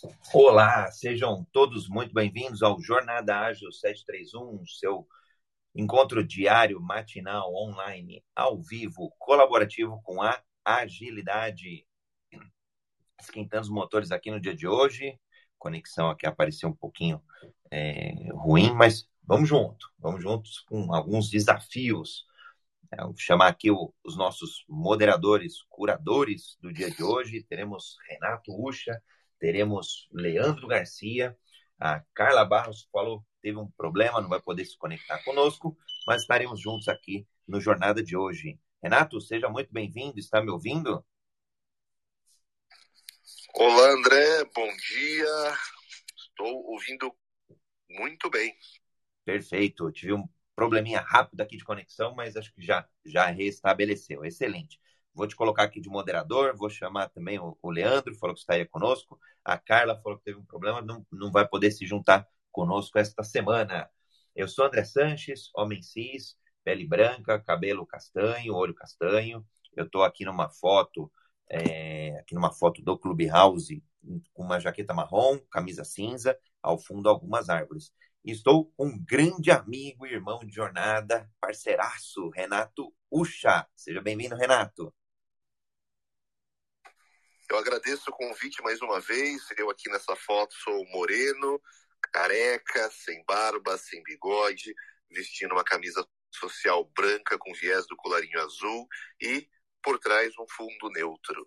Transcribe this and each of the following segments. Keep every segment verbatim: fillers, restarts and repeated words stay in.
Olá, sejam todos muito bem-vindos ao Jornada Ágil setecentos e trinta e um, seu encontro diário, matinal, online, ao vivo, colaborativo com a agilidade. Esquentando os motores aqui no dia de hoje. Conexão aqui apareceu um pouquinho é, ruim, mas vamos junto. Vamos juntos com alguns desafios. É, vou chamar aqui o, os nossos moderadores, curadores do dia de hoje. Teremos Renato Ucha, teremos Leandro Garcia, a Carla Barros falou teve um problema, não vai poder se conectar conosco, mas estaremos juntos aqui no Jornada de hoje. Renato, seja muito bem-vindo, está me ouvindo? Olá, André, bom dia. Estou ouvindo muito bem. Perfeito, eu tive um probleminha rápido aqui de conexão, mas acho que já, já restabeleceu. Excelente. Vou te colocar aqui de moderador, vou chamar também o, o Leandro, falou que estaria conosco. A Carla falou que teve um problema, não, não vai poder se juntar conosco esta semana. Eu sou André Sanches, homem cis, pele branca, cabelo castanho, olho castanho. Eu estou aqui numa foto, é, aqui numa foto do Clubhouse, com uma jaqueta marrom, camisa cinza, ao fundo algumas árvores. Estou com um grande amigo, irmão de jornada, parceiraço, Renato Ucha. Seja bem-vindo, Renato. Eu agradeço o convite mais uma vez. Eu aqui nessa foto sou moreno, careca, sem barba, sem bigode, vestindo uma camisa social branca com viés do colarinho azul e por trás um fundo neutro.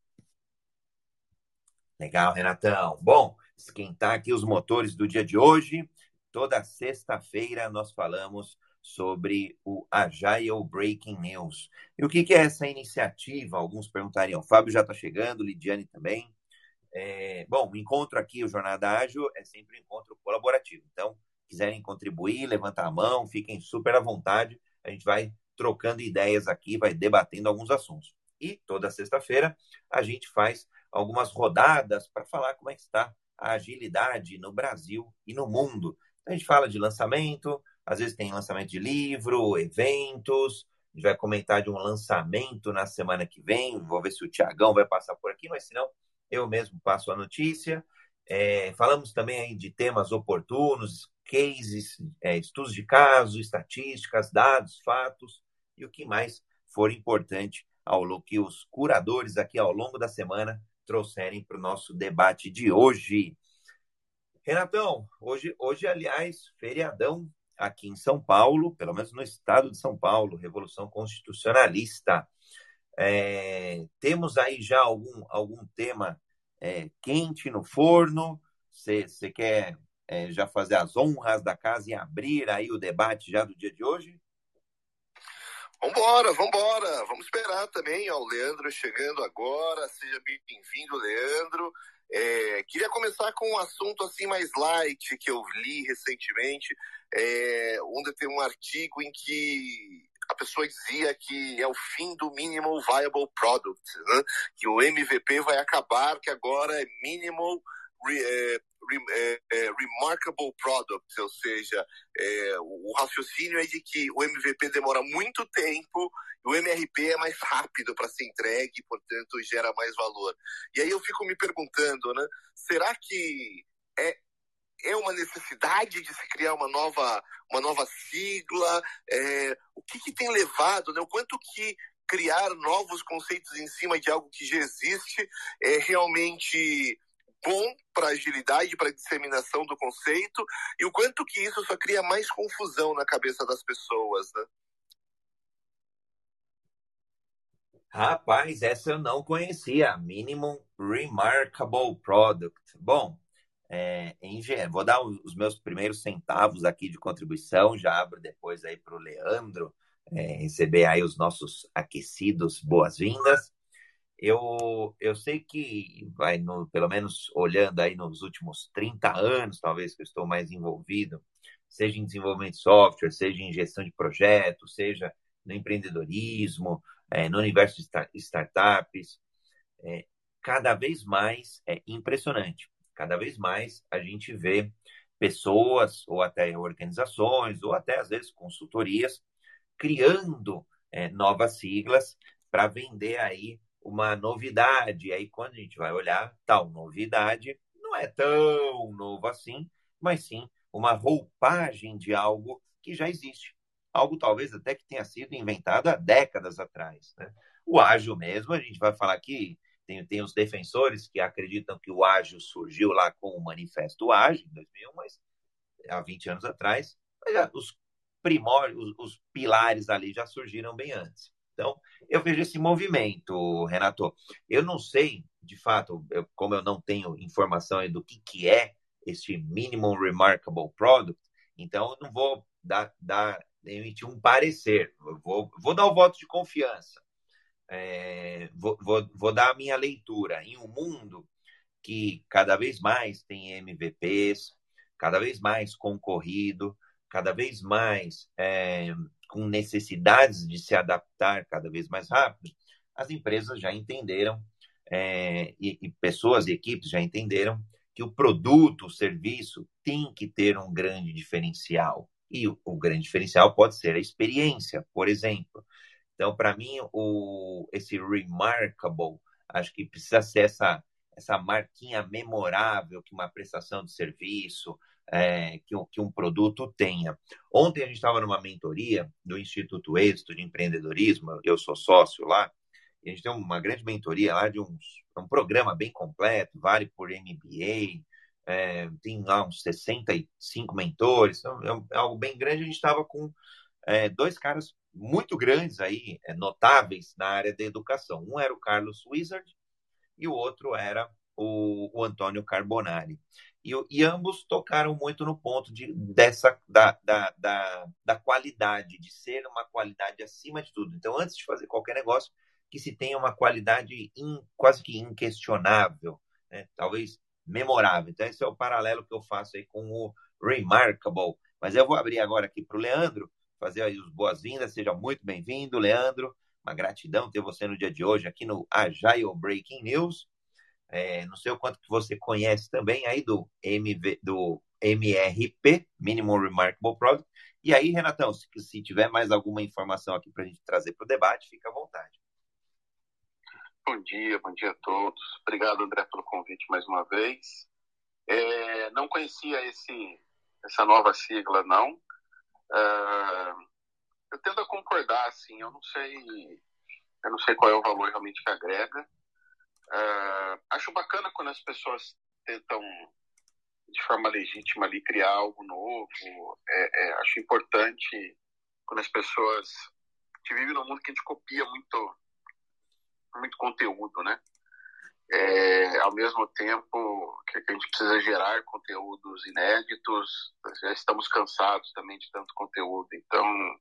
Legal, Renatão. Bom, esquentar aqui os motores do dia de hoje. Toda sexta-feira nós falamos sobre o Agile Breaking News. E o que é essa iniciativa? Alguns perguntariam. O Fábio já está chegando, Lidiane também. É, bom, o encontro aqui, o Jornada Ágil, é sempre um encontro colaborativo. Então, quiserem contribuir, levantar a mão, fiquem super à vontade. A gente vai trocando ideias aqui, vai debatendo alguns assuntos. E toda sexta-feira a gente faz algumas rodadas para falar como é que está a agilidade no Brasil e no mundo. A gente fala de lançamento, às vezes tem lançamento de livro, eventos, a gente vai comentar de um lançamento na semana que vem, vou ver se o Tiagão vai passar por aqui, mas se não, eu mesmo passo a notícia. É, falamos também aí de temas oportunos, cases, é, estudos de caso, estatísticas, dados, fatos, e o que mais for importante ao longo que os curadores aqui ao longo da semana trouxerem para o nosso debate de hoje. Renatão, hoje, hoje, aliás, feriadão aqui em São Paulo, pelo menos no estado de São Paulo, Revolução Constitucionalista. É, temos aí já algum, algum tema é, quente no forno? Você quer é, já fazer as honras da casa e abrir aí o debate já do dia de hoje? Vambora, vambora. Vamos esperar também, ó, o Leandro chegando agora. Seja bem-vindo, Leandro. É, queria começar com um assunto assim mais light que eu li recentemente, é, onde tem um artigo em que a pessoa dizia que é o fim do Minimal Viable Product, né? Que o M V P vai acabar, que agora é Minimal Re, é, re, é, é, Remarkable Product, ou seja, é, o, o raciocínio é de que o M V P demora muito tempo, o M R P é mais rápido para ser entregue, portanto gera mais valor. E aí eu fico me perguntando, né, será que é, é uma necessidade de se criar uma nova, uma nova sigla? É, o que, que tem levado, né, o quanto que criar novos conceitos em cima de algo que já existe é realmente bom para agilidade, para disseminação do conceito, e o quanto que isso só cria mais confusão na cabeça das pessoas, né? Rapaz, essa eu não conhecia. Minimum Remarkable Product. Bom, é, em, vou dar os meus primeiros centavos aqui de contribuição, já abro depois aí para o Leandro é, receber aí os nossos aquecidos boas-vindas. Eu, eu sei que, vai no, pelo menos olhando aí nos últimos trinta anos, talvez, que eu estou mais envolvido, seja em desenvolvimento de software, seja em gestão de projetos, seja no empreendedorismo, é, no universo de start, startups, é, cada vez mais é impressionante. Cada vez mais a gente vê pessoas, ou até organizações, ou até, às vezes, consultorias, criando é, novas siglas para vender aí uma novidade. E aí, quando a gente vai olhar, tal novidade não é tão novo assim, mas sim uma roupagem de algo que já existe. Algo talvez até que tenha sido inventado há décadas atrás, né? O ágil mesmo, a gente vai falar que tem, tem os defensores que acreditam que o ágil surgiu lá com o Manifesto Ágil, em dois mil e um, mas há vinte anos atrás, mas já, os primórdios, os, os pilares ali já surgiram bem antes. Então, eu vejo esse movimento, Renato. Eu não sei, de fato, eu, como eu não tenho informação do que, que é este Minimum Remarkable Product, então eu não vou dar, dar emitir um parecer. Eu vou, vou dar o voto de confiança. É, vou, vou, vou dar a minha leitura. Em um mundo que cada vez mais tem M V Ps, cada vez mais concorrido, cada vez mais é, com necessidades de se adaptar cada vez mais rápido, as empresas já entenderam, é, e, e pessoas e equipes já entenderam que o produto, o serviço, tem que ter um grande diferencial. E o, o grande diferencial pode ser a experiência, por exemplo. Então, para mim, o, esse remarkable, acho que precisa ser essa, essa marquinha memorável que uma prestação de serviço, é, que, que um produto tenha. Ontem a gente estava numa mentoria do Instituto Êxito de Empreendedorismo, eu sou sócio lá, e a gente tem uma grande mentoria lá de uns, um programa bem completo, vale por M B A, é, tem lá uns sessenta e cinco mentores, então é algo bem grande. A gente estava com é, dois caras muito grandes aí, é, notáveis na área da educação. Um era o Carlos Wizard e o outro era o, o Antônio Carbonari. E, e ambos tocaram muito no ponto de, dessa, da, da, da, da qualidade, de ser uma qualidade acima de tudo. Então, antes de fazer qualquer negócio, que se tenha uma qualidade in, quase que inquestionável, né? Talvez memorável. Então, esse é o paralelo que eu faço aí com o Remarkable. Mas eu vou abrir agora aqui para o Leandro, fazer aí as boas-vindas. Seja muito bem-vindo, Leandro. Uma gratidão ter você no dia de hoje aqui no Agile Breaking News. É, não sei o quanto que você conhece também aí do, M V, do M R P, Minimum Remarkable Product. E aí, Renatão, se, se tiver mais alguma informação aqui para a gente trazer para o debate, fica à vontade. Bom dia, bom dia a todos. Obrigado, André, pelo convite mais uma vez. É, não conhecia esse, essa nova sigla, não. Uh, eu tendo a concordar, assim, eu não sei, eu não sei qual é o valor realmente que agrega. Uh, acho bacana quando as pessoas tentam, de forma legítima, ali, criar algo novo. É, é, acho importante quando as pessoas... A gente vive num mundo que a gente copia muito, muito conteúdo, né? É, ao mesmo tempo que a gente precisa gerar conteúdos inéditos, já estamos cansados também de tanto conteúdo. Então,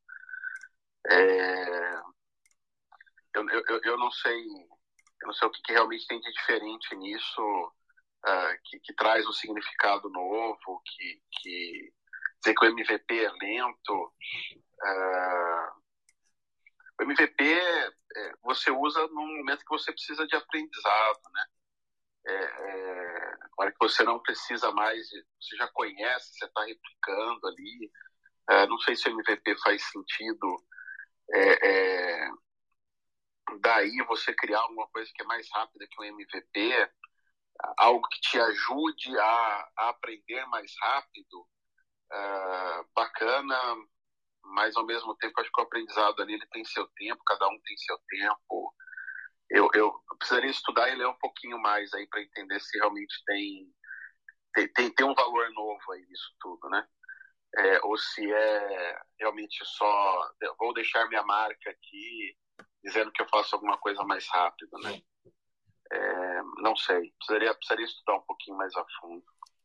é, eu, eu, eu não sei, eu não sei o que, que realmente tem de diferente nisso, uh, que, que traz um significado novo, que, que dizer que o M V P é lento. Uh, o M V P é, você usa num momento que você precisa de aprendizado, né? É, é, agora que você não precisa mais, você já conhece, você está replicando ali. É, não sei se o M V P faz sentido. É, é, daí você criar alguma coisa que é mais rápida que o M V P, algo que te ajude a, a aprender mais rápido, é, bacana, mas ao mesmo tempo acho que o aprendizado ali ele tem seu tempo, cada um tem seu tempo. Eu, eu precisaria estudar e ler um pouquinho mais aí para entender se realmente tem, tem, tem, tem um valor novo aí nisso tudo, né? É, ou se é realmente só vou deixar minha marca aqui dizendo que eu faço alguma coisa mais rápido, né? É, não sei, precisaria, precisaria estudar um pouquinho mais a fundo.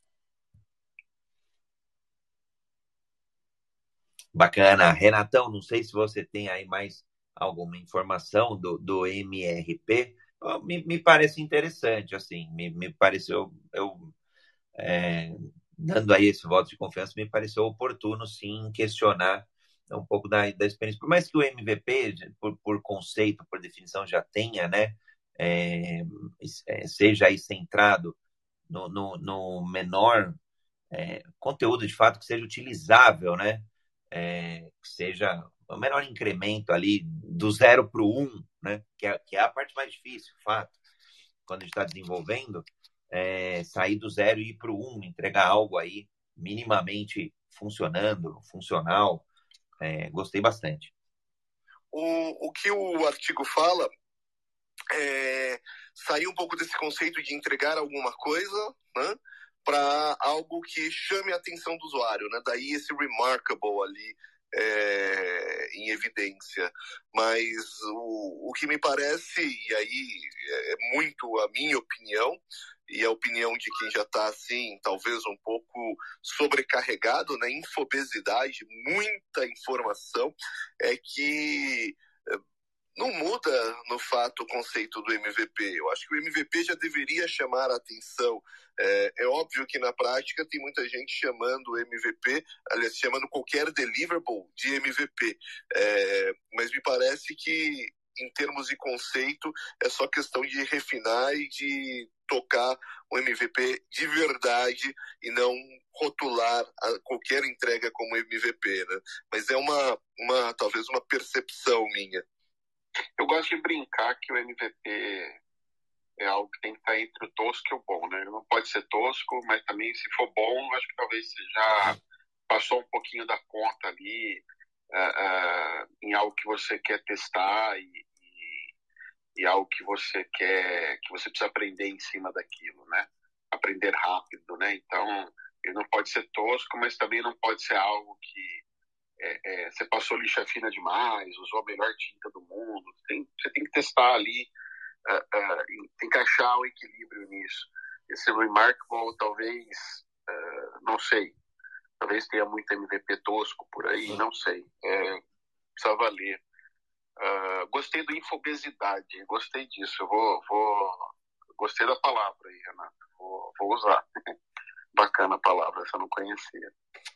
Bacana. Renatão, não sei se você tem aí mais alguma informação do, do M R P. Me, me parece interessante, assim, me, me pareceu, eu, é, dando aí esse voto de confiança, me pareceu oportuno, sim, questionar um pouco da, da experiência. Por mais que o M V P, por, por conceito, por definição, já tenha, né, é, seja aí centrado no, no, no menor é, conteúdo, de fato, que seja utilizável, né, é, que seja o menor incremento ali do zero para o um, né, que é, que é a parte mais difícil, fato, quando a gente está desenvolvendo. é, sair do zero e ir para o um, entregar algo aí minimamente funcionando, funcional. É, gostei bastante. O, o que o artigo fala é sair um pouco desse conceito de entregar alguma coisa, né, para algo que chame a atenção do usuário, né? Daí esse remarkable ali é, em evidência. Mas o, o que me parece, e aí é muito a minha opinião, e a opinião de quem já está assim, talvez um pouco sobrecarregado, né? Infobesidade, muita informação, é que não muda no fato o conceito do M V P. Eu acho que o M V P já deveria chamar a atenção. É, é óbvio que na prática tem muita gente chamando o M V P, aliás, chamando qualquer deliverable de M V P. É, mas me parece que, em termos de conceito, é só questão de refinar e de tocar o M V P de verdade e não rotular a qualquer entrega como M V P, né? Mas é uma, uma talvez uma percepção minha. Eu gosto de brincar que o M V P é algo que tem que estar entre o tosco e o bom, né? Ele não pode ser tosco, mas também, se for bom, acho que talvez você já passou um pouquinho da conta ali uh, uh, em algo que você quer testar e, e, e algo que você quer, que você precisa aprender em cima daquilo, né? Aprender rápido, né? Então, ele não pode ser tosco, mas também não pode ser algo que É, é, você passou lixa fina demais, usou a melhor tinta do mundo. Tem, você tem que testar ali, uh, uh, tem que achar o equilíbrio nisso. Esse Remarkable, talvez, uh, não sei, talvez tenha muito M V P tosco por aí, não sei. É, precisa valer. Uh, gostei do infobesidade, gostei disso. Eu vou, vou, gostei da palavra aí, Renato. Vou, vou usar. Bacana a palavra, essa eu não conhecia.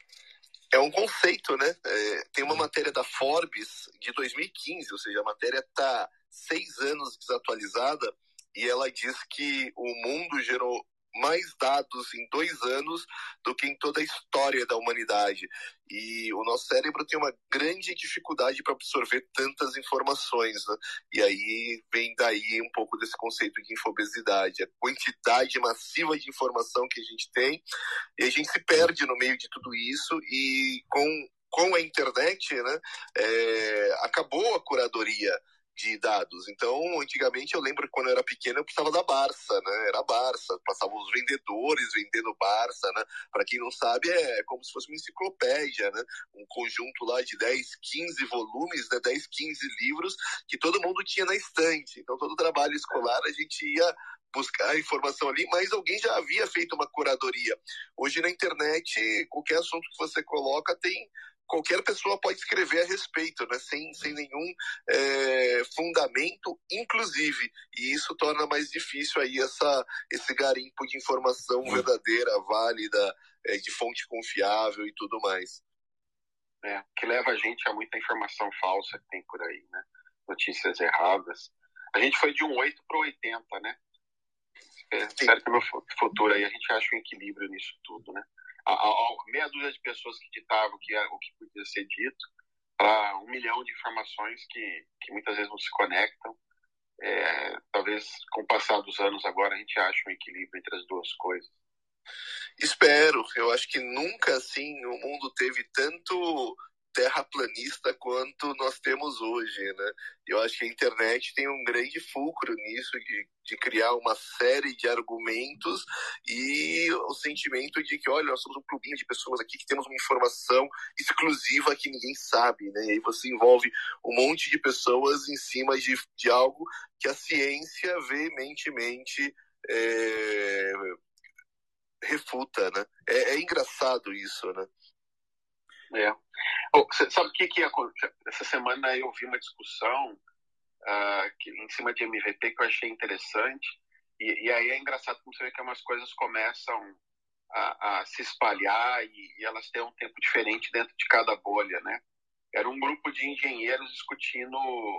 É um conceito, né? É, tem uma matéria da Forbes de dois mil e quinze, ou seja, a matéria está seis anos desatualizada, e ela diz que o mundo gerou mais dados em dois anos do que em toda a história da humanidade. E o nosso cérebro tem uma grande dificuldade para absorver tantas informações, né? E aí vem daí um pouco desse conceito de infobesidade, a quantidade massiva de informação que a gente tem, e a gente se perde no meio de tudo isso, e com, com a internet, né, é, acabou a curadoria de dados. Então, antigamente, eu lembro que quando eu era pequeno, eu precisava da Barça, né? Era a Barça, passavam os vendedores vendendo Barça, né? Para quem não sabe, é como se fosse uma enciclopédia, né? Um conjunto lá de dez, quinze volumes, né? dez, quinze livros que todo mundo tinha na estante. Então, todo trabalho escolar a gente ia buscar a informação ali, mas alguém já havia feito uma curadoria. Hoje, na internet, qualquer assunto que você coloca tem... qualquer pessoa pode escrever a respeito, né? sem, sem nenhum é, fundamento, inclusive. E isso torna mais difícil aí essa, esse garimpo de informação verdadeira, válida, é, de fonte confiável e tudo mais. É, que leva a gente a muita informação falsa que tem por aí, né? Notícias erradas. A gente foi de um oito para oitenta, né? É, espero que no futuro aí a gente ache um equilíbrio nisso tudo, né? A, a, a meia dúzia de pessoas que ditavam que era, o que podia ser dito, para um milhão de informações que, que muitas vezes não se conectam. É, talvez com o passar dos anos agora a gente ache um equilíbrio entre as duas coisas. Espero. Eu acho que nunca assim o mundo teve tanto terraplanista quanto nós temos hoje, né? Eu acho que a internet tem um grande fulcro nisso, de, de criar uma série de argumentos e o sentimento de que, olha, nós somos um clubinho de pessoas aqui que temos uma informação exclusiva que ninguém sabe, né? E aí você envolve um monte de pessoas em cima de, de algo que a ciência veementemente é, refuta, né? É, é engraçado isso, né? É. Oh, sabe o que que aconteceu? Essa semana eu vi uma discussão uh, que, em cima de M V P que eu achei interessante, e, e aí é engraçado como você vê que umas coisas começam a, a se espalhar e, e elas têm um tempo diferente dentro de cada bolha, né? Era um grupo de engenheiros discutindo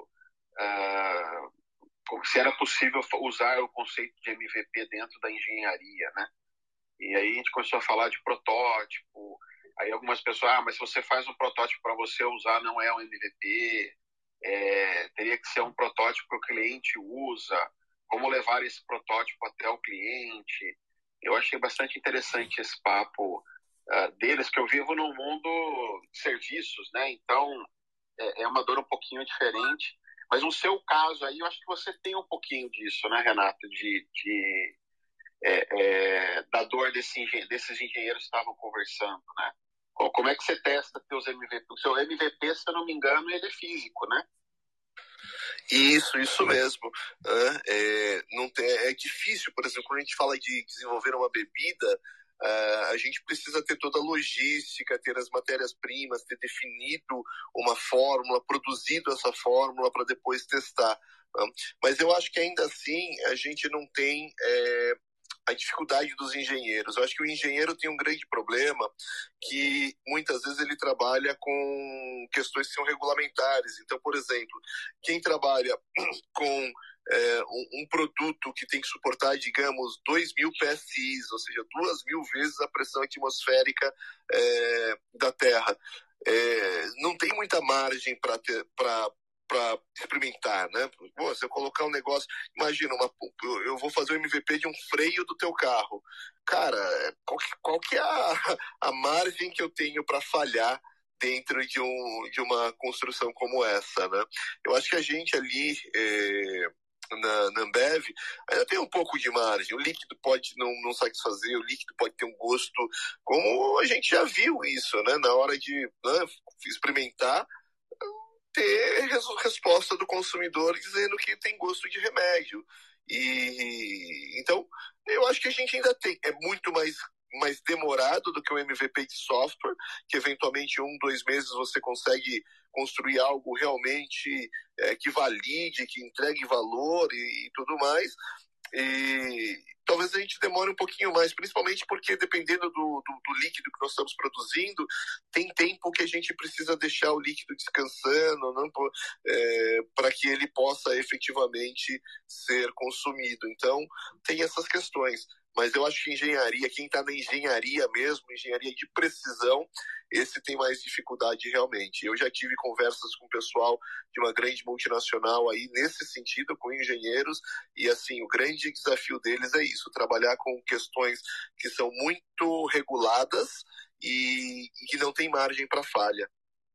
uh, se era possível usar o conceito de M V P dentro da engenharia, né? E aí a gente começou a falar de protótipo. Aí algumas pessoas, ah, mas se você faz um protótipo para você usar, não é um M V P, é, teria que ser um protótipo que o cliente usa, como levar esse protótipo até o cliente. eu achei bastante interessante esse papo uh, deles, que eu vivo num mundo de serviços, né? Então, é, é uma dor um pouquinho diferente. Mas no seu caso aí, eu acho que você tem um pouquinho disso, né, Renato? De, de, é, é, da dor desse engen desses engenheiros que estavam conversando, né? Como é que você testa seus M V P? O seu M V P, se eu não me engano, ele é físico, né? Isso, isso mesmo. É, não tem, é difícil, por exemplo, quando a gente fala de desenvolver uma bebida, a gente precisa ter toda a logística, ter as matérias-primas, ter definido uma fórmula, produzido essa fórmula para depois testar. Mas eu acho que ainda assim a gente não tem é, a dificuldade dos engenheiros. Eu acho que o engenheiro tem um grande problema, que muitas vezes ele trabalha com questões que são regulamentares. Então, por exemplo, quem trabalha com é, um, um produto que tem que suportar, digamos, dois mil P S I, ou seja, duas mil vezes a pressão atmosférica é, da Terra, é, não tem muita margem para ter para para experimentar, né? Pô, se eu colocar um negócio, imagina, uma, eu vou fazer o M V P de um freio do teu carro. Cara, qual que, qual que é a, a margem que eu tenho para falhar dentro de, um, de uma construção como essa, né? Eu acho que a gente ali é, na, na Ambev ainda tem um pouco de margem. O líquido pode não, não satisfazer, o líquido pode ter um gosto, como a gente já viu isso, né? Na hora de né, experimentar, ter resposta do consumidor dizendo que tem gosto de remédio. E então, eu acho que a gente ainda tem, é muito mais, mais demorado do que o M V P de software, que eventualmente em um, dois meses você consegue construir algo realmente é, que valide, que entregue valor e, e tudo mais. E talvez a gente demore um pouquinho mais, principalmente porque dependendo do, do, do líquido que nós estamos produzindo, tem tempo que a gente precisa deixar o líquido descansando, né, é, para que ele possa efetivamente ser consumido. Então, tem essas questões. Mas eu acho que engenharia, quem está na engenharia mesmo, engenharia de precisão, esse tem mais dificuldade realmente. Eu já tive conversas com o pessoal de uma grande multinacional aí nesse sentido, com engenheiros, e assim, o grande desafio deles é isso, trabalhar com questões que são muito reguladas e, e que não tem margem para falha.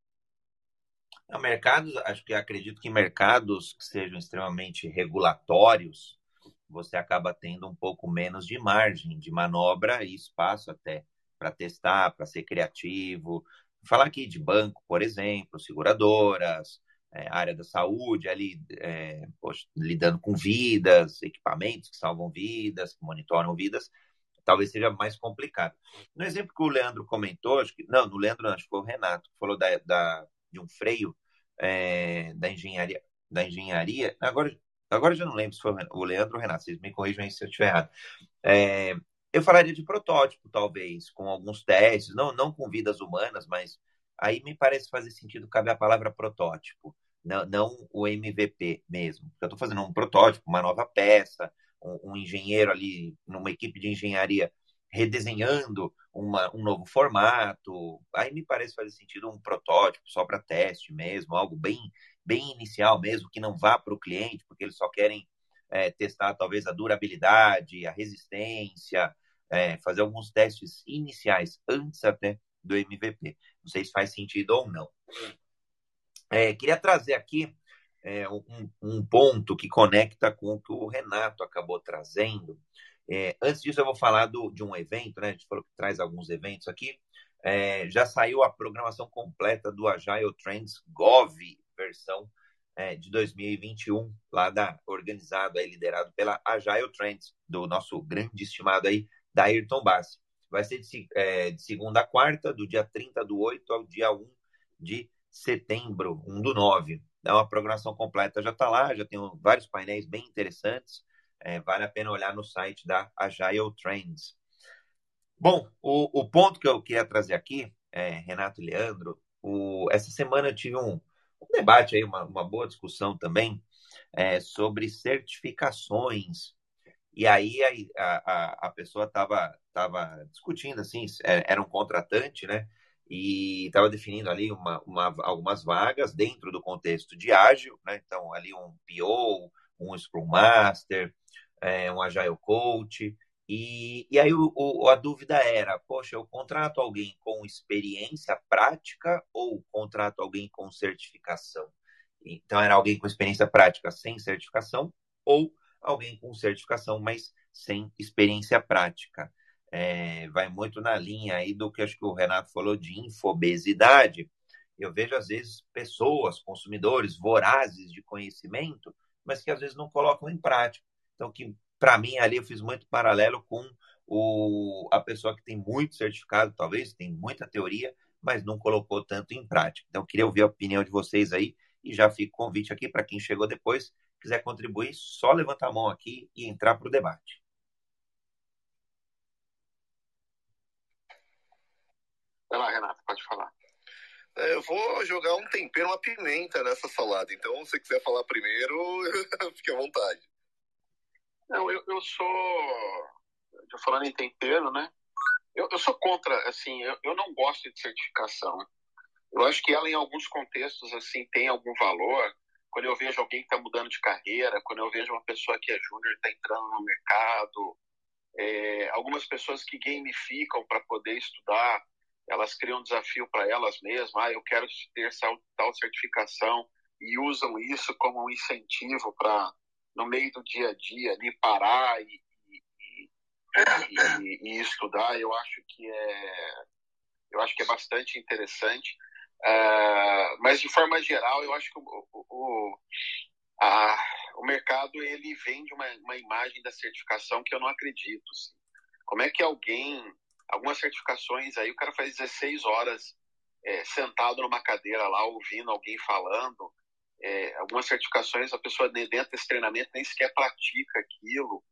Não, mercados, acho que acredito que mercados que sejam extremamente regulatórios, você acaba tendo um pouco menos de margem de manobra e espaço até para testar, para ser criativo. Falar aqui de banco, por exemplo, seguradoras, é, área da saúde, ali é, poxa, lidando com vidas, equipamentos que salvam vidas, que monitoram vidas, talvez seja mais complicado. No exemplo que o Leandro comentou, acho que, não, no Leandro não, acho que foi o Renato, que falou da, da, de um freio é, da engenharia, da engenharia, agora Agora eu já não lembro se foi o Leandro ou o Renato, vocês me corrijam aí se eu estiver errado. É, eu falaria de protótipo, talvez, com alguns testes, não, não com vidas humanas, mas aí me parece fazer sentido cabe a palavra protótipo, não, não o M V P mesmo. Eu estou fazendo um protótipo, uma nova peça, um, um engenheiro ali, numa equipe de engenharia, redesenhando uma, um novo formato. Aí me parece fazer sentido um protótipo só para teste mesmo, algo bem bem inicial mesmo, que não vá para o cliente, porque eles só querem é, testar talvez a durabilidade, a resistência, é, fazer alguns testes iniciais antes até do M V P. Não sei se faz sentido ou não. É, queria trazer aqui é, um, um ponto que conecta com o que o Renato acabou trazendo. É, antes disso, eu vou falar do, de um evento, né? A gente falou que traz alguns eventos aqui. É, já saiu a programação completa do Agile Trends Gov, versão é, de dois mil e vinte e um, lá da, organizado, aí, liderado pela Agile Trends, do nosso grande estimado aí, da Ayrton Bassi. Vai ser de, é, de segunda a quarta, do dia trinta do oito ao dia um de setembro, um do nove. Então, a programação completa já está lá, já tem vários painéis bem interessantes, é, vale a pena olhar no site da Agile Trends. Bom, o, o ponto que eu queria trazer aqui, é, Renato e Leandro, o, essa semana eu tive um, um debate aí, uma, uma boa discussão também, é, sobre certificações. E aí a, a, a pessoa estava tava discutindo, assim, era um contratante, né? E estava definindo ali uma, uma, algumas vagas dentro do contexto de ágil, né? Então, ali um P O, um Scrum Master, é, um Agile Coach. E, e aí o, o, a dúvida era, poxa, eu contrato alguém com experiência prática ou contrato alguém com certificação? Então, era alguém com experiência prática sem certificação ou alguém com certificação, mas sem experiência prática. É, vai muito na linha aí do que acho que o Renato falou de infobesidade. Eu vejo, às vezes, pessoas, consumidores vorazes de conhecimento, mas que às vezes não colocam em prática. Então, que para mim, ali eu fiz muito paralelo com o, a pessoa que tem muito certificado, talvez, tem muita teoria, mas não colocou tanto em prática. Então, eu queria ouvir a opinião de vocês aí e já fica o convite aqui para quem chegou depois, quiser contribuir, só levantar a mão aqui e entrar para o debate. Vai lá, Renato, pode falar. Eu vou jogar um tempero, uma pimenta nessa salada. Então, se você quiser falar primeiro, fique à vontade. Não, eu, eu sou... Estou falando em tempero, né? Eu, eu sou contra, assim, eu, eu não gosto de certificação. Eu acho que ela, em alguns contextos, assim, tem algum valor. Quando eu vejo alguém que está mudando de carreira, quando eu vejo uma pessoa que é júnior e está entrando no mercado, é, algumas pessoas que gamificam para poder estudar, elas criam um desafio para elas mesmas. Ah, eu quero ter tal certificação, e usam isso como um incentivo para, no meio do dia a dia, ali, parar e, e, e, e estudar. Eu acho que é, eu acho que é bastante interessante. Uh, mas, de forma geral, eu acho que o, o, a, o mercado ele vende uma, uma imagem da certificação que eu não acredito. Assim. Como é que alguém, algumas certificações aí, o cara faz dezesseis horas é, sentado numa cadeira lá, ouvindo alguém falando. É, algumas certificações, a pessoa dentro desse treinamento nem sequer pratica aquilo.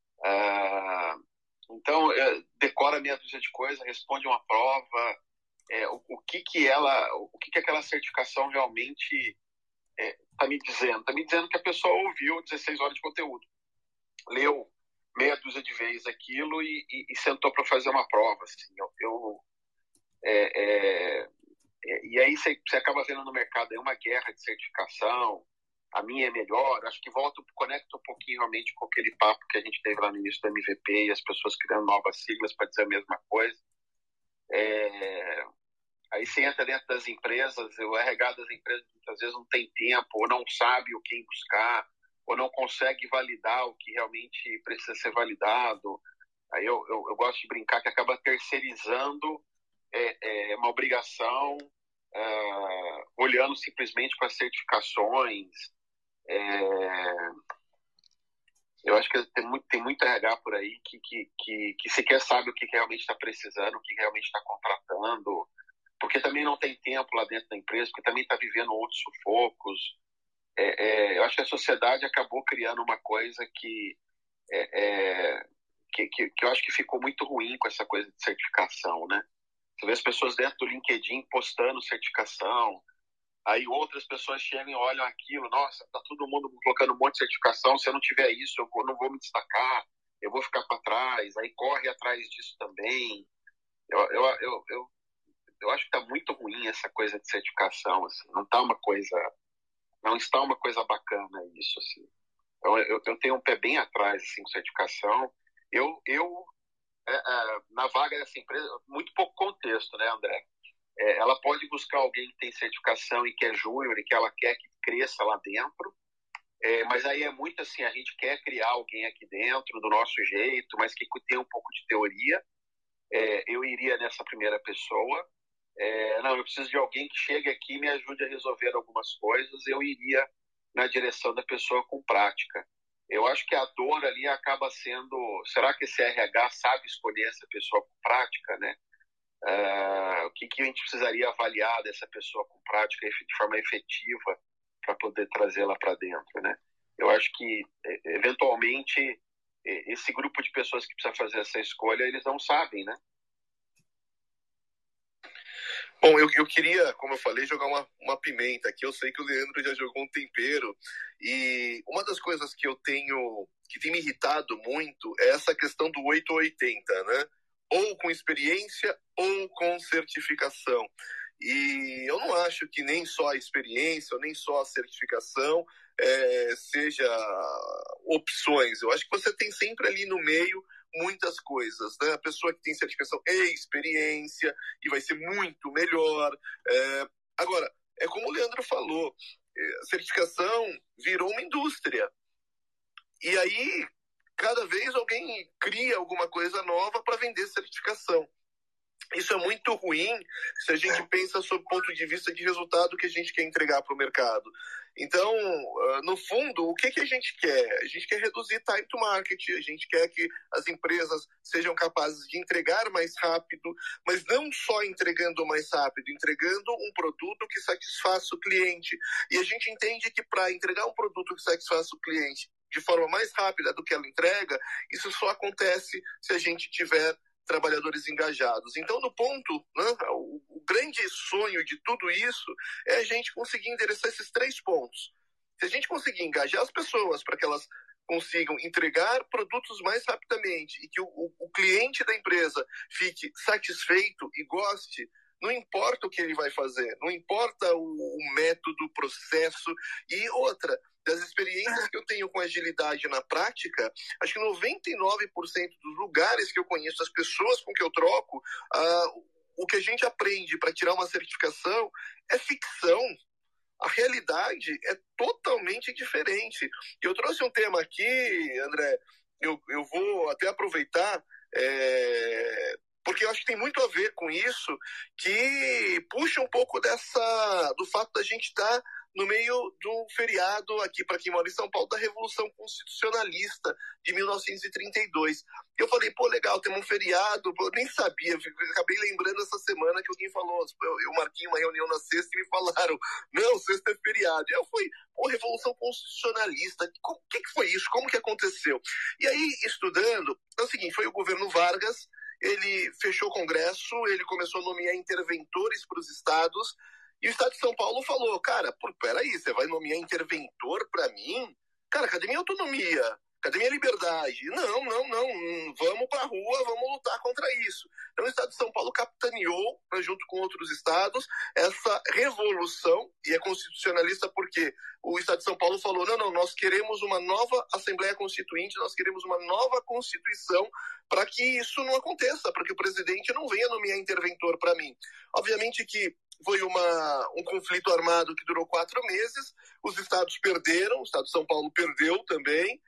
Uh, então, é, decora meia dúzia de coisas, responde uma prova. É, o, o que que ela, o que que aquela certificação realmente está é, me dizendo? Está me dizendo que a pessoa ouviu dezesseis horas de conteúdo, leu meia dúzia de vezes aquilo e, e, e sentou para fazer uma prova. Assim, eu, eu é, é, é, e aí você, você acaba vendo no mercado aí uma guerra de certificação. A minha é melhor. Acho que volta, conecta um pouquinho realmente com aquele papo que a gente teve lá no início do M V P e as pessoas criando novas siglas para dizer a mesma coisa. É, aí você entra dentro das empresas, o R H das empresas muitas vezes não tem tempo, ou não sabe o que buscar, ou não consegue validar o que realmente precisa ser validado. Aí eu, eu, eu gosto de brincar que acaba terceirizando é, é, uma obrigação, é, olhando simplesmente para as certificações. É, eu acho que tem muito, tem muito R H por aí que, que, que, que sequer sabe o que realmente está precisando, o que realmente está contratando, porque também não tem tempo lá dentro da empresa, porque também está vivendo outros sufocos. É, é, eu acho que a sociedade acabou criando uma coisa que, é, é, que, que, que eu acho que ficou muito ruim com essa coisa de certificação, né? Você vê as pessoas dentro do LinkedIn postando certificação, aí outras pessoas chegam e olham aquilo, nossa, tá todo mundo colocando um monte de certificação, se eu não tiver isso, eu não vou me destacar, eu vou ficar para trás, aí corre atrás disso também. Eu, eu, eu, eu, eu acho que está muito ruim essa coisa de certificação, assim, não tá uma coisa, não está uma coisa bacana isso, assim. Então, eu, eu tenho um pé bem atrás, assim, com certificação. Eu, eu é, é, na vaga dessa empresa, muito pouco contexto, né, André? É, ela pode buscar alguém que tem certificação e que é júnior e que ela quer que cresça lá dentro, é, mas aí é muito assim, a gente quer criar alguém aqui dentro do nosso jeito, mas que tem um pouco de teoria. É, eu iria nessa primeira pessoa. É, não, eu preciso de alguém que chegue aqui e me ajude a resolver algumas coisas. Eu iria na direção da pessoa com prática. Eu acho que a dor ali acaba sendo, será que esse R H sabe escolher essa pessoa com prática, né? Uh, o que, que a gente precisaria avaliar dessa pessoa com prática de forma efetiva para poder trazê-la para dentro, né? Eu acho que, eventualmente, esse grupo de pessoas que precisa fazer essa escolha, eles não sabem, né? Bom, eu, eu queria, como eu falei, jogar uma, uma pimenta aqui. Eu sei que o Leandro já jogou um tempero. E uma das coisas que eu tenho, que tem me irritado muito, é essa questão do oito ou oitenta, né? Ou com experiência ou com certificação. E eu não acho que nem só a experiência ou nem só a certificação é, seja opções. Eu acho que você tem sempre ali no meio muitas coisas, né? A pessoa que tem certificação é experiência e vai ser muito melhor. É... Agora, é como o Leandro falou, certificação virou uma indústria. E aí, cada vez alguém cria alguma coisa nova para vender certificação. Isso é muito ruim se a gente pensa sob o ponto de vista de resultado que a gente quer entregar para o mercado. Então, no fundo, o que, que a gente quer? A gente quer reduzir time to market, a gente quer que as empresas sejam capazes de entregar mais rápido, mas não só entregando mais rápido, entregando um produto que satisfaça o cliente. E a gente entende que para entregar um produto que satisfaça o cliente de forma mais rápida do que ela entrega, isso só acontece se a gente tiver trabalhadores engajados. Então, no ponto, né, o, o grande sonho de tudo isso é a gente conseguir endereçar esses três pontos. Se a gente conseguir engajar as pessoas para que elas consigam entregar produtos mais rapidamente e que o, o, o cliente da empresa fique satisfeito e goste, não importa o que ele vai fazer, não importa o, o método, o processo. E outra, das experiências que eu tenho com agilidade na prática, acho que noventa e nove por cento dos lugares que eu conheço, das pessoas com que eu troco, uh, o que a gente aprende para tirar uma certificação é ficção. A realidade é totalmente diferente. Eu trouxe um tema aqui, André, eu, eu vou até aproveitar, é, porque eu acho que tem muito a ver com isso, que puxa um pouco dessa, do fato da gente estar no meio do feriado aqui, para quem mora em São Paulo, da Revolução Constitucionalista de mil novecentos e trinta e dois. Eu falei, pô, legal, temos um feriado, eu nem sabia, eu acabei lembrando essa semana que alguém falou, eu marquei uma reunião na sexta e me falaram, não, sexta é feriado. E eu fui, pô, Revolução Constitucionalista, o que, que foi isso? Como que aconteceu? E aí, estudando, é o seguinte, foi o governo Vargas, ele fechou o Congresso, ele começou a nomear interventores para os estados, e o Estado de São Paulo falou, cara, por, peraí, você vai nomear interventor para mim? Cara, cadê minha autonomia? Cadê minha liberdade? Não, não, não, vamos para a rua, vamos lutar contra isso. Então o Estado de São Paulo capitaneou, junto com outros estados, essa revolução, e é constitucionalista porque o Estado de São Paulo falou, não, não, nós queremos uma nova Assembleia Constituinte, nós queremos uma nova Constituição para que isso não aconteça, para que o presidente não venha nomear interventor para mim. Obviamente que foi uma, um conflito armado que durou quatro meses, os estados perderam, o Estado de São Paulo perdeu também,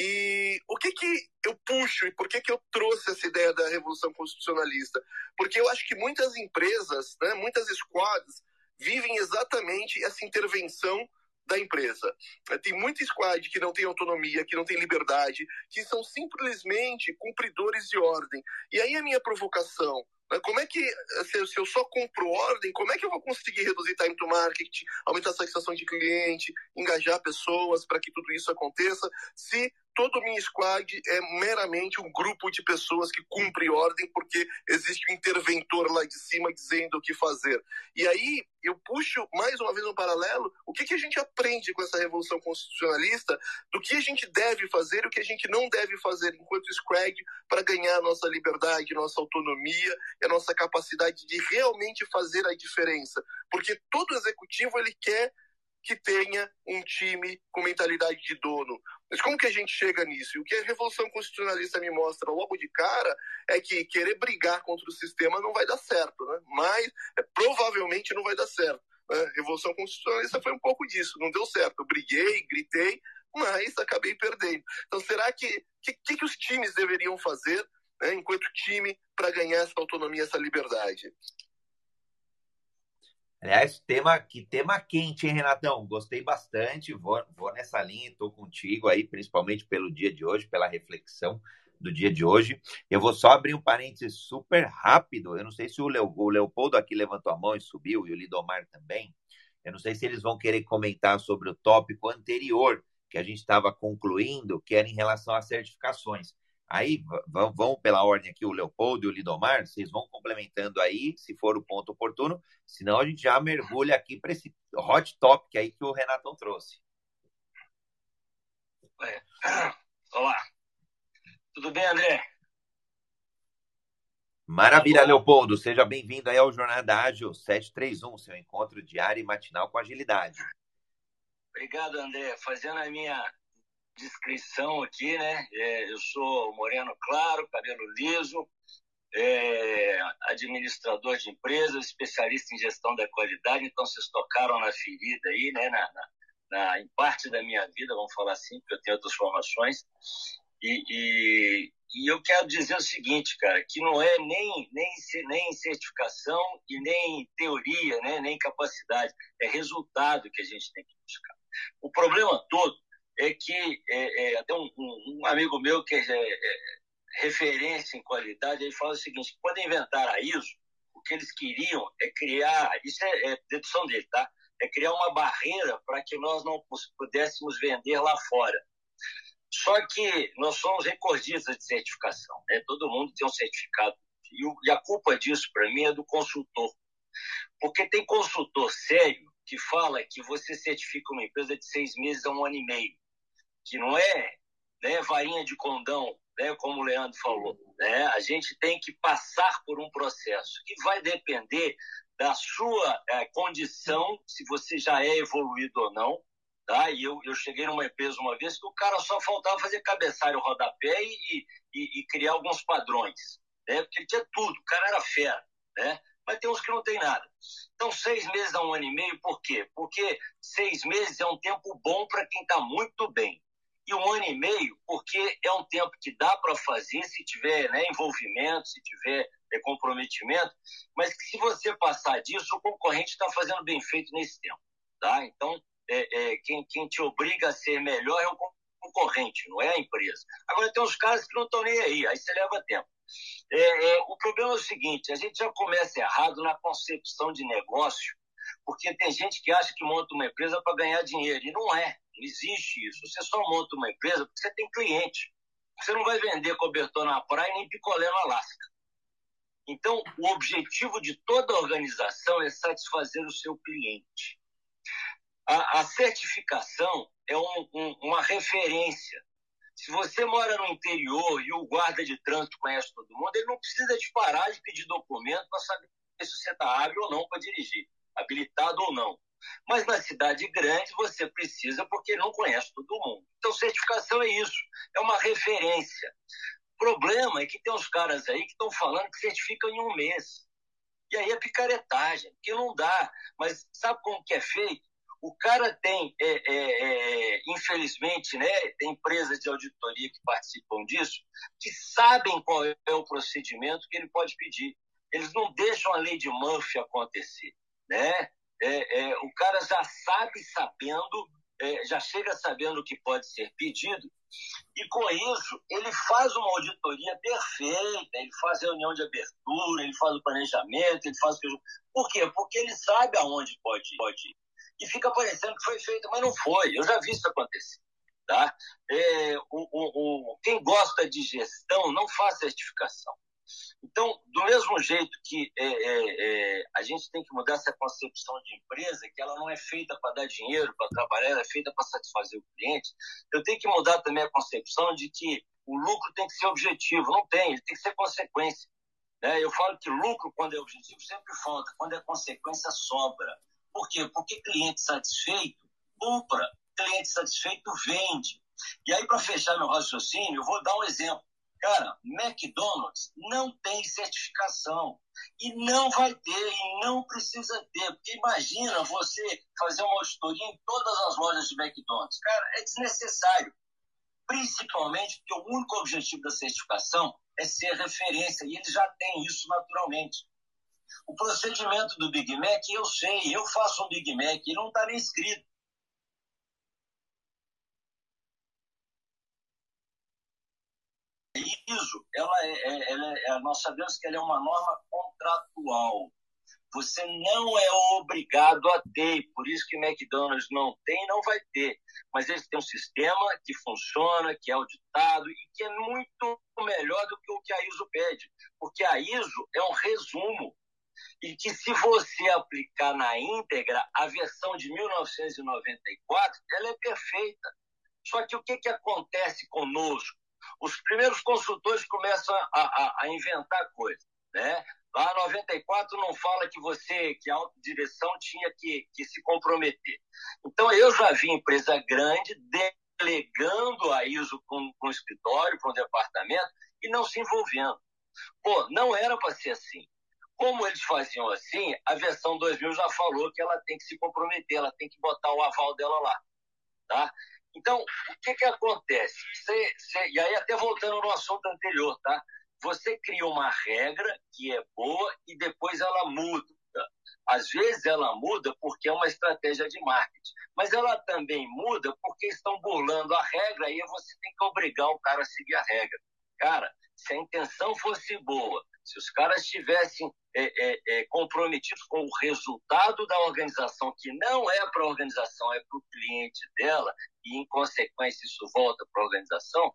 e o que que eu puxo e por que que eu trouxe essa ideia da Revolução Constitucionalista? Porque eu acho que muitas empresas, né, muitas squads, vivem exatamente essa intervenção da empresa. Tem muita squad que não tem autonomia, que não tem liberdade, que são simplesmente cumpridores de ordem. E aí a minha provocação, como é que, se eu só compro ordem, como é que eu vou conseguir reduzir time to market, aumentar a satisfação de cliente, engajar pessoas para que tudo isso aconteça, se todo o minha squad é meramente um grupo de pessoas que cumpre ordem porque existe um interventor lá de cima dizendo o que fazer. E aí eu puxo mais uma vez um paralelo, o que, que a gente aprende com essa Revolução Constitucionalista, do que a gente deve fazer e o que a gente não deve fazer enquanto squad para ganhar a nossa liberdade, nossa autonomia e a nossa capacidade de realmente fazer a diferença. Porque todo executivo ele quer que tenha um time com mentalidade de dono. Mas como que a gente chega nisso? E o que a Revolução Constitucionalista me mostra logo de cara é que querer brigar contra o sistema não vai dar certo, né? Mas é, provavelmente não vai dar certo. Né? A Revolução Constitucionalista foi um pouco disso, não deu certo. Eu briguei, gritei, mas acabei perdendo. Então será que que, que os times deveriam fazer, né, enquanto time, para ganhar essa autonomia, essa liberdade? Aliás, tema, que tema quente, hein, Renatão? Gostei bastante, vou, vou nessa linha, estou contigo aí, principalmente pelo dia de hoje, pela reflexão do dia de hoje. Eu vou só abrir um parênteses super rápido, eu não sei se o, Leo, o Leopoldo aqui levantou a mão e subiu, e o Lidomar também, eu não sei se eles vão querer comentar sobre o tópico anterior que a gente estava concluindo, que era em relação às certificações. Aí, vão, vão pela ordem aqui, o Leopoldo e o Lidomar, vocês vão complementando aí, se for o ponto oportuno, senão a gente já mergulha aqui para esse hot topic aí que o Renatão trouxe. É. Olá, tudo bem, André? Maravilha, Leopoldo, seja bem-vindo aí ao Jornada Ágil setecentos e trinta e um, seu encontro diário e matinal com agilidade. Obrigado, André, fazendo a minha descrição aqui, né? É, eu sou moreno claro, cabelo liso, é, administrador de empresas, especialista em gestão da qualidade. Então, vocês tocaram na ferida aí, né? Na, na, na, em parte da minha vida, vamos falar assim, porque eu tenho outras formações. E, e, e eu quero dizer o seguinte, cara, que não é nem, nem, nem certificação e nem teoria, né? Nem capacidade. É resultado que a gente tem que buscar. O problema todo é que é, é, até um, um, um amigo meu que é, é referência em qualidade, ele fala o seguinte: quando inventaram a I S O, o que eles queriam é criar, isso é, é dedução dele, tá? É criar uma barreira para que nós não pudéssemos vender lá fora. Só que nós somos recordistas de certificação, né? Todo mundo tem um certificado. E, o, e a culpa disso, para mim, é do consultor. Porque tem consultor sério que fala que você certifica uma empresa de seis meses a um ano e meio, que não é, né, varinha de condão, né, como o Leandro falou. Né? A gente tem que passar por um processo que vai depender da sua é, condição, se você já é evoluído ou não. Tá? E eu, eu cheguei numa empresa uma vez que o cara só faltava fazer cabeçalho, rodapé e, e, e criar alguns padrões. Né? Porque ele tinha tudo, o cara era fera. Né? Mas tem uns que não tem nada. Então, seis meses a um ano e meio, por quê? Porque seis meses é um tempo bom para quem está muito bem. E um ano e meio, porque é um tempo que dá para fazer se tiver, né, envolvimento, se tiver é, comprometimento, mas que se você passar disso, o concorrente está fazendo bem feito nesse tempo. Tá? Então, é, é, quem, quem te obriga a ser melhor é o concorrente, não é a empresa. Agora, tem uns caras que não estão nem aí, aí você leva tempo. É, é, o problema é o seguinte: a gente já começa errado na concepção de negócio, porque tem gente que acha que monta uma empresa para ganhar dinheiro, e não é, não existe isso. Você só monta uma empresa porque você tem cliente. Você não vai vender cobertor na praia nem picolé no Alasca. Então, o objetivo de toda organização é satisfazer o seu cliente. A, a certificação é um, um, uma referência. Se você mora no interior e o guarda de trânsito conhece todo mundo, ele não precisa te parar de pedir documento para saber se você está hábil ou não para dirigir, habilitado ou não. Mas na cidade grande você precisa, porque ele não conhece todo mundo. Então, certificação é isso, é uma referência. O problema é que tem uns caras aí que estão falando que certificam em um mês. E aí é picaretagem, porque não dá. Mas sabe como que é feito? O cara tem, é, é, é, infelizmente, né, tem empresas de auditoria que participam disso, que sabem qual é o procedimento que ele pode pedir. Eles não deixam a lei de Murphy acontecer. Né? É, é, o cara já sabe sabendo, é, já chega sabendo o que pode ser pedido, e com isso ele faz uma auditoria perfeita, ele faz reunião de abertura, ele faz o planejamento, ele faz... Por quê? Porque ele sabe aonde pode, pode ir. E fica parecendo que foi feito, mas não foi. Eu já vi isso acontecer. Tá? É, o, o, o, quem gosta de gestão não faz certificação. Então, do mesmo jeito que é, é, é, a gente tem que mudar essa concepção de empresa, que ela não é feita para dar dinheiro, para trabalhar, ela é feita para satisfazer o cliente, eu tenho que mudar também a concepção de que o lucro tem que ser objetivo. Não tem, ele tem que ser consequência. Né? Eu falo que lucro, quando é objetivo, sempre falta. Quando é consequência, sobra. Por quê? Porque cliente satisfeito compra, cliente satisfeito vende. E aí, para fechar meu raciocínio, eu vou dar um exemplo. Cara, McDonald's não tem certificação e não vai ter e não precisa ter, porque imagina você fazer uma auditoria em todas as lojas de McDonald's. Cara, é desnecessário, principalmente porque o único objetivo da certificação é ser referência e eles já têm isso naturalmente. O procedimento do Big Mac, eu sei, eu faço um Big Mac, ele não está nem escrito. I S O, ela é, ela é, nós sabemos que ela é uma norma contratual. Você não é obrigado a ter, por isso que McDonald's não tem e não vai ter. Mas eles têm um sistema que funciona, que é auditado e que é muito melhor do que o que a I S O pede. Porque a I S O é um resumo. E que se você aplicar na íntegra, a versão de mil novecentos e noventa e quatro, ela é perfeita. Só que o que, que acontece conosco? Os primeiros consultores começam a, a, a inventar coisas, né? Lá noventa e quatro não fala que você, que a autodireção tinha que, que se comprometer. Então, eu já vi empresa grande delegando a I S O para um escritório, para um departamento, e não se envolvendo. Pô, não era para ser assim. Como eles faziam assim, a versão dois mil já falou que ela tem que se comprometer, ela tem que botar o aval dela lá. Tá? Então, o que, que acontece? Você, você, e aí, até voltando no assunto anterior, tá? Você cria uma regra que é boa e depois ela muda. Às vezes ela muda porque é uma estratégia de marketing, mas ela também muda porque estão burlando a regra e você tem que obrigar o cara a seguir a regra. Cara, se a intenção fosse boa, se os caras estivessem é, é, é, comprometidos com o resultado da organização, que não é para a organização, é para o cliente dela, e em consequência isso volta para a organização,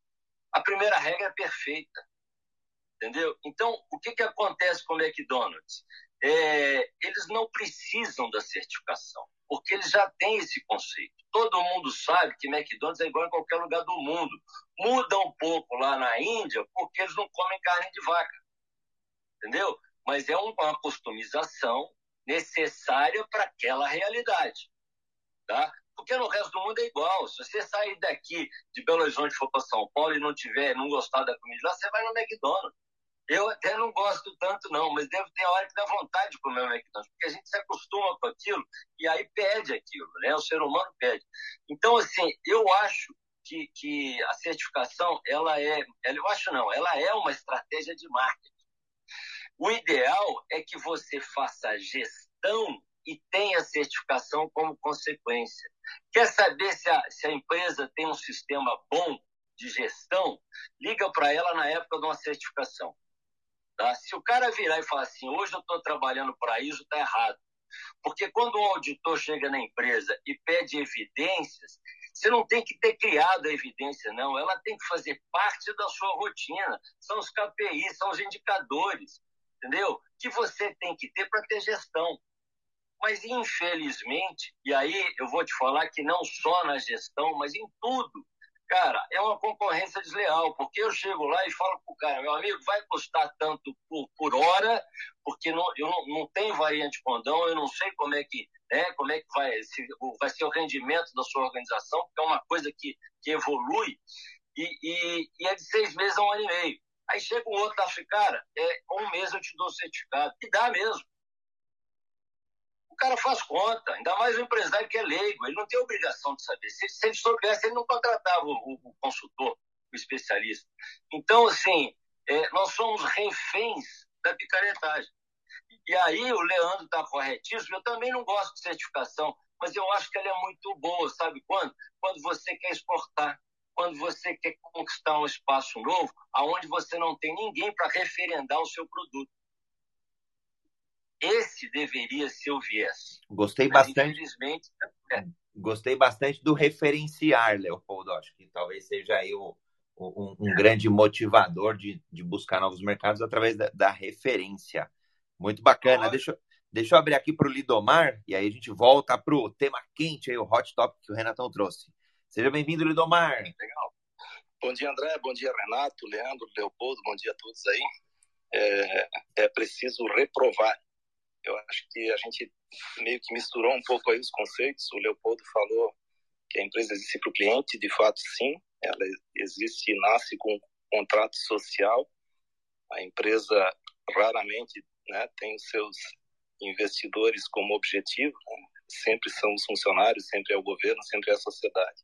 a primeira regra é perfeita. Entendeu? Então, o que, que acontece com o McDonald's? É, eles não precisam da certificação, porque eles já têm esse conceito. Todo mundo sabe que McDonald's é igual em qualquer lugar do mundo. Muda um pouco lá na Índia, porque eles não comem carne de vaca. Entendeu? Mas é uma customização necessária para aquela realidade. Tá? Porque no resto do mundo é igual. Se você sair daqui de Belo Horizonte e for para São Paulo e não tiver, não gostar da comida lá, você vai no McDonald's. Eu até não gosto tanto, não, mas deve ter hora que dá vontade de comer o McDonald's, porque a gente se acostuma com aquilo e aí pede aquilo, né? O ser humano pede. Então, assim, eu acho que, que a certificação, ela é, ela, eu acho não, ela é uma estratégia de marketing. O ideal é que você faça gestão e tenha certificação como consequência. Quer saber se a, se a empresa tem um sistema bom de gestão? Liga para ela na época de uma certificação. Tá? Se o cara virar e falar assim, hoje eu estou trabalhando para isso, está errado. Porque quando um auditor chega na empresa e pede evidências, você não tem que ter criado a evidência, não. Ela tem que fazer parte da sua rotina. São os K P Is, são os indicadores, entendeu? Que você tem que ter para ter gestão. Mas, infelizmente, e aí eu vou te falar que não só na gestão, mas em tudo, cara, é uma concorrência desleal, porque eu chego lá e falo pro cara, meu amigo, vai custar tanto por, por hora, porque não, eu não, não tenho variante condão, eu não sei como é que, né, como é que vai, se, vai ser o rendimento da sua organização, porque é uma coisa que, que evolui, e, e, e é de seis meses a um ano e meio. Aí chega o outro e fala, cara, é, um mês eu te dou o certificado, e dá mesmo. O cara faz conta, ainda mais o empresário que é leigo, ele não tem obrigação de saber. Se, se ele soubesse, ele não contratava o, o, o consultor, o especialista. Então, assim, é, nós somos reféns da picaretagem. E aí o Leandro está corretíssimo, eu também não gosto de certificação, mas eu acho que ela é muito boa, sabe quando? Quando você quer exportar, quando você quer conquistar um espaço novo, aonde você não tem ninguém para referendar o seu produto. Esse deveria ser o viés. Gostei Mas, bastante. Infelizmente, é. Gostei bastante do referenciar, Leopoldo. Acho que talvez seja aí o, o, um, um grande motivador de, de buscar novos mercados através da, da referência. Muito bacana. Deixa, deixa eu abrir aqui para o Lidomar e aí a gente volta para o tema quente, aí, o hot topic que o Renatão trouxe. Seja bem-vindo, Lidomar. Legal. Bom dia, André. Bom dia, Renato, Leandro, Leopoldo. Bom dia a todos aí. É, é preciso reprovar. Eu acho que a gente meio que misturou um pouco aí os conceitos. O Leopoldo falou que a empresa existe para o cliente. De fato, sim. Ela existe e nasce com um contrato social. A empresa raramente, né, tem os seus investidores como objetivo. Né? Sempre são os funcionários, sempre é o governo, sempre é a sociedade.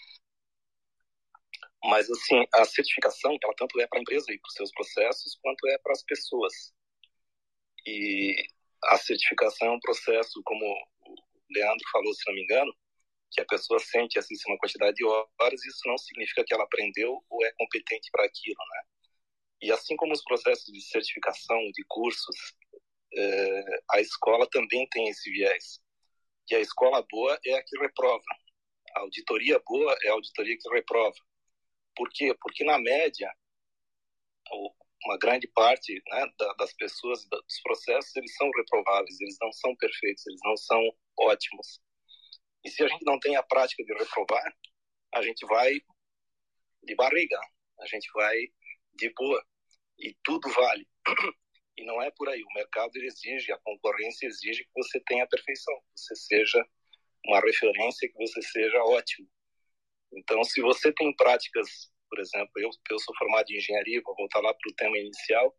Mas, assim, a certificação, ela tanto é para a empresa e para os seus processos, quanto é para as pessoas. E a certificação é um processo, como o Leandro falou, se não me engano, que a pessoa sente assim, uma quantidade de horas, isso não significa que ela aprendeu ou é competente para aquilo, né? E assim como os processos de certificação de cursos, eh, a escola também tem esse viés. E a escola boa é a que reprova. A auditoria boa é a auditoria que reprova. Por quê? Porque, na média, uma grande parte, né, das pessoas, dos processos, eles são reprováveis, eles não são perfeitos, eles não são ótimos. E se a gente não tem a prática de reprovar, a gente vai de barriga, a gente vai de boa, e tudo vale. E não é por aí. O mercado exige, a concorrência exige que você tenha a perfeição, que você seja uma referência, que você seja ótimo. Então, se você tem práticas, por exemplo, eu, eu sou formado em engenharia, vou voltar lá para o tema inicial.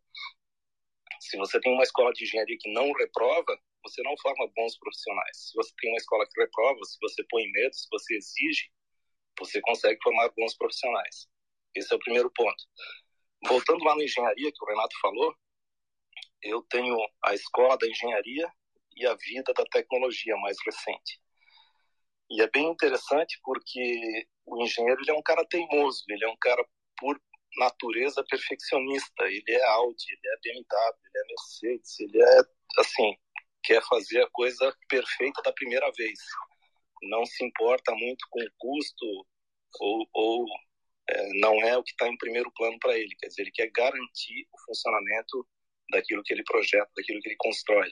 Se você tem uma escola de engenharia que não reprova, você não forma bons profissionais. Se você tem uma escola que reprova, se você põe medo, se você exige, você consegue formar bons profissionais. Esse é o primeiro ponto. Voltando lá na engenharia, que o Renato falou, eu tenho a escola da engenharia e a vida da tecnologia mais recente. E é bem interessante porque o engenheiro ele é um cara teimoso, ele é um cara, por natureza, perfeccionista. Ele é Audi, ele é B M W, ele é Mercedes, ele é, assim, quer fazer a coisa perfeita da primeira vez. Não se importa muito com o custo ou, ou é, não é o que está em primeiro plano para ele. Quer dizer, ele quer garantir o funcionamento daquilo que ele projeta, daquilo que ele constrói.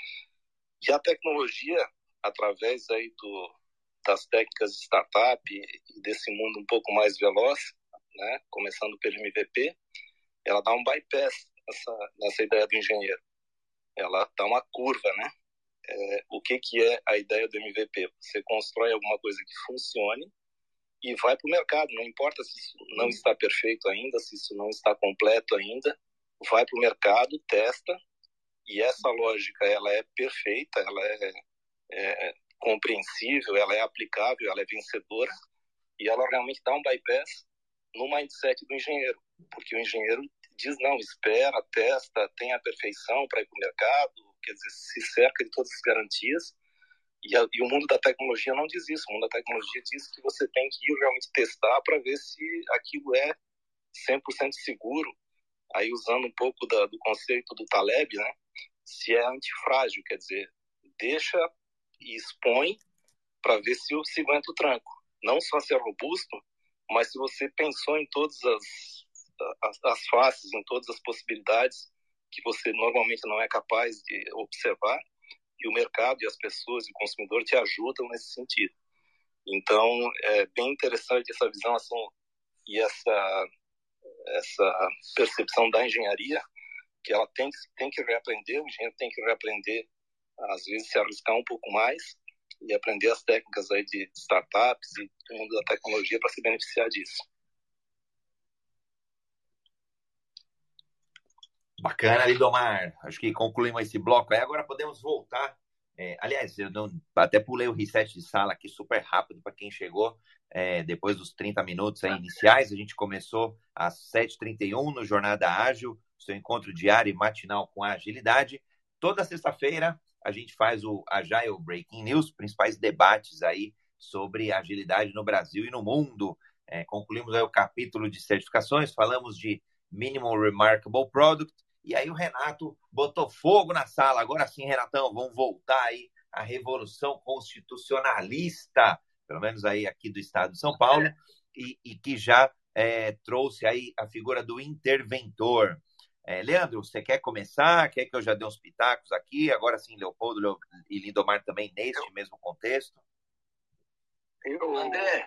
E a tecnologia, através aí do, das técnicas de startup e desse mundo um pouco mais veloz, né, começando pelo M V P, ela dá um bypass nessa, nessa ideia do engenheiro. Ela dá uma curva, né? É, o que, que é a ideia do M V P? Você constrói alguma coisa que funcione e vai para o mercado. Não importa se isso não está perfeito ainda, se isso não está completo ainda, vai para o mercado, testa, e essa lógica ela é perfeita, ela é, é compreensível, ela é aplicável, ela é vencedora, e ela realmente dá um bypass no mindset do engenheiro, porque o engenheiro diz, não, espera, testa, tem a perfeição para ir para o mercado, quer dizer, se cerca de todas as garantias, e, a, e o mundo da tecnologia não diz isso. O mundo da tecnologia diz que você tem que ir realmente testar para ver se aquilo é cem por cento seguro, aí usando um pouco da, do conceito do Taleb, né? Se é antifrágil, quer dizer, deixa e expõe para ver se se aguenta o tranco. Não só se é robusto, mas se você pensou em todas as, as, as faces, em todas as possibilidades que você normalmente não é capaz de observar, e o mercado e as pessoas e o consumidor te ajudam nesse sentido. Então, é bem interessante essa visão assim, e essa, essa percepção da engenharia, que ela tem, tem que reaprender, o engenheiro tem que reaprender, às vezes se arriscar um pouco mais e aprender as técnicas aí de startups e do mundo da tecnologia para se beneficiar disso. Bacana, Lidomar. Acho que concluímos esse bloco aí. Agora podemos voltar. É, aliás, eu não, até pulei o reset de sala aqui super rápido para quem chegou é, depois dos trinta minutos aí iniciais. A gente começou às sete e trinta e um no Jornada Ágil, seu encontro diário e matinal com a agilidade. Toda sexta-feira a gente faz o Agile Breaking News, principais debates aí sobre agilidade no Brasil e no mundo. É, concluímos aí o capítulo de certificações, falamos de Minimum Remarkable Product, e aí o Renato botou fogo na sala. Agora sim, Renatão, vamos voltar aí à Revolução Constitucionalista, pelo menos aí aqui do estado de São Paulo, e, e que já é, trouxe aí a figura do interventor. É, Leandro, você quer começar? Quer que eu já dê uns pitacos aqui? Agora sim, Leopoldo Leo, e Lindomar também neste eu, mesmo contexto. Eu, André,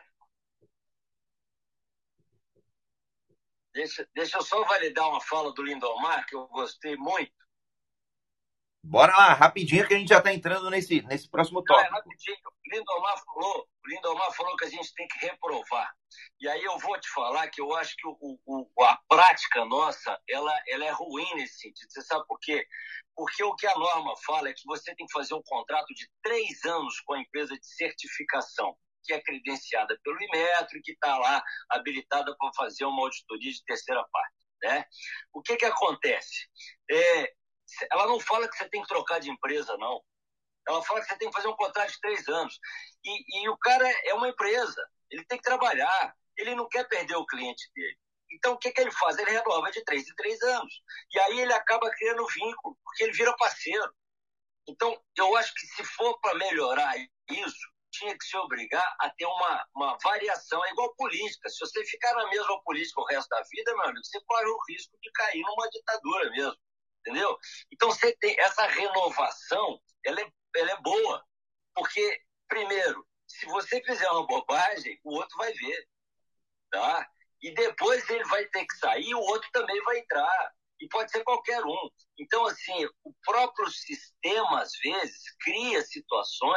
deixa, deixa eu só validar uma fala do Lindomar, que eu gostei muito. Bora lá, rapidinho, que a gente já está entrando nesse, nesse próximo tópico. Não, é rapidinho. O Lindomar falou, o Lindomar falou que a gente tem que reprovar. E aí eu vou te falar que eu acho que o, o, a prática nossa, ela, ela é ruim nesse sentido. Você sabe por quê? Porque o que a norma fala é que você tem que fazer um contrato de três anos com a empresa de certificação, que é credenciada pelo Inmetro e que está lá habilitada para fazer uma auditoria de terceira parte. Né? O que, que acontece? É, ela não fala que você tem que trocar de empresa, não. Ela fala que você tem que fazer um contrato de três anos. E, e o cara é uma empresa. Ele tem que trabalhar. Ele não quer perder o cliente dele. Então, o que, que ele faz? Ele renova de três em três anos. E aí ele acaba criando vínculo, porque ele vira parceiro. Então, eu acho que se for para melhorar isso, tinha que se obrigar a ter uma, uma variação. É igual política. Se você ficar na mesma política o resto da vida, meu amigo, você corre o risco de cair numa ditadura mesmo. Entendeu? Então, você tem essa renovação, ela é, ela é boa. Porque, primeiro, se você fizer uma bobagem, o outro vai ver. Tá? E depois ele vai ter que sair, o outro também vai entrar. E pode ser qualquer um. Então, assim, o próprio sistema, às vezes, cria situações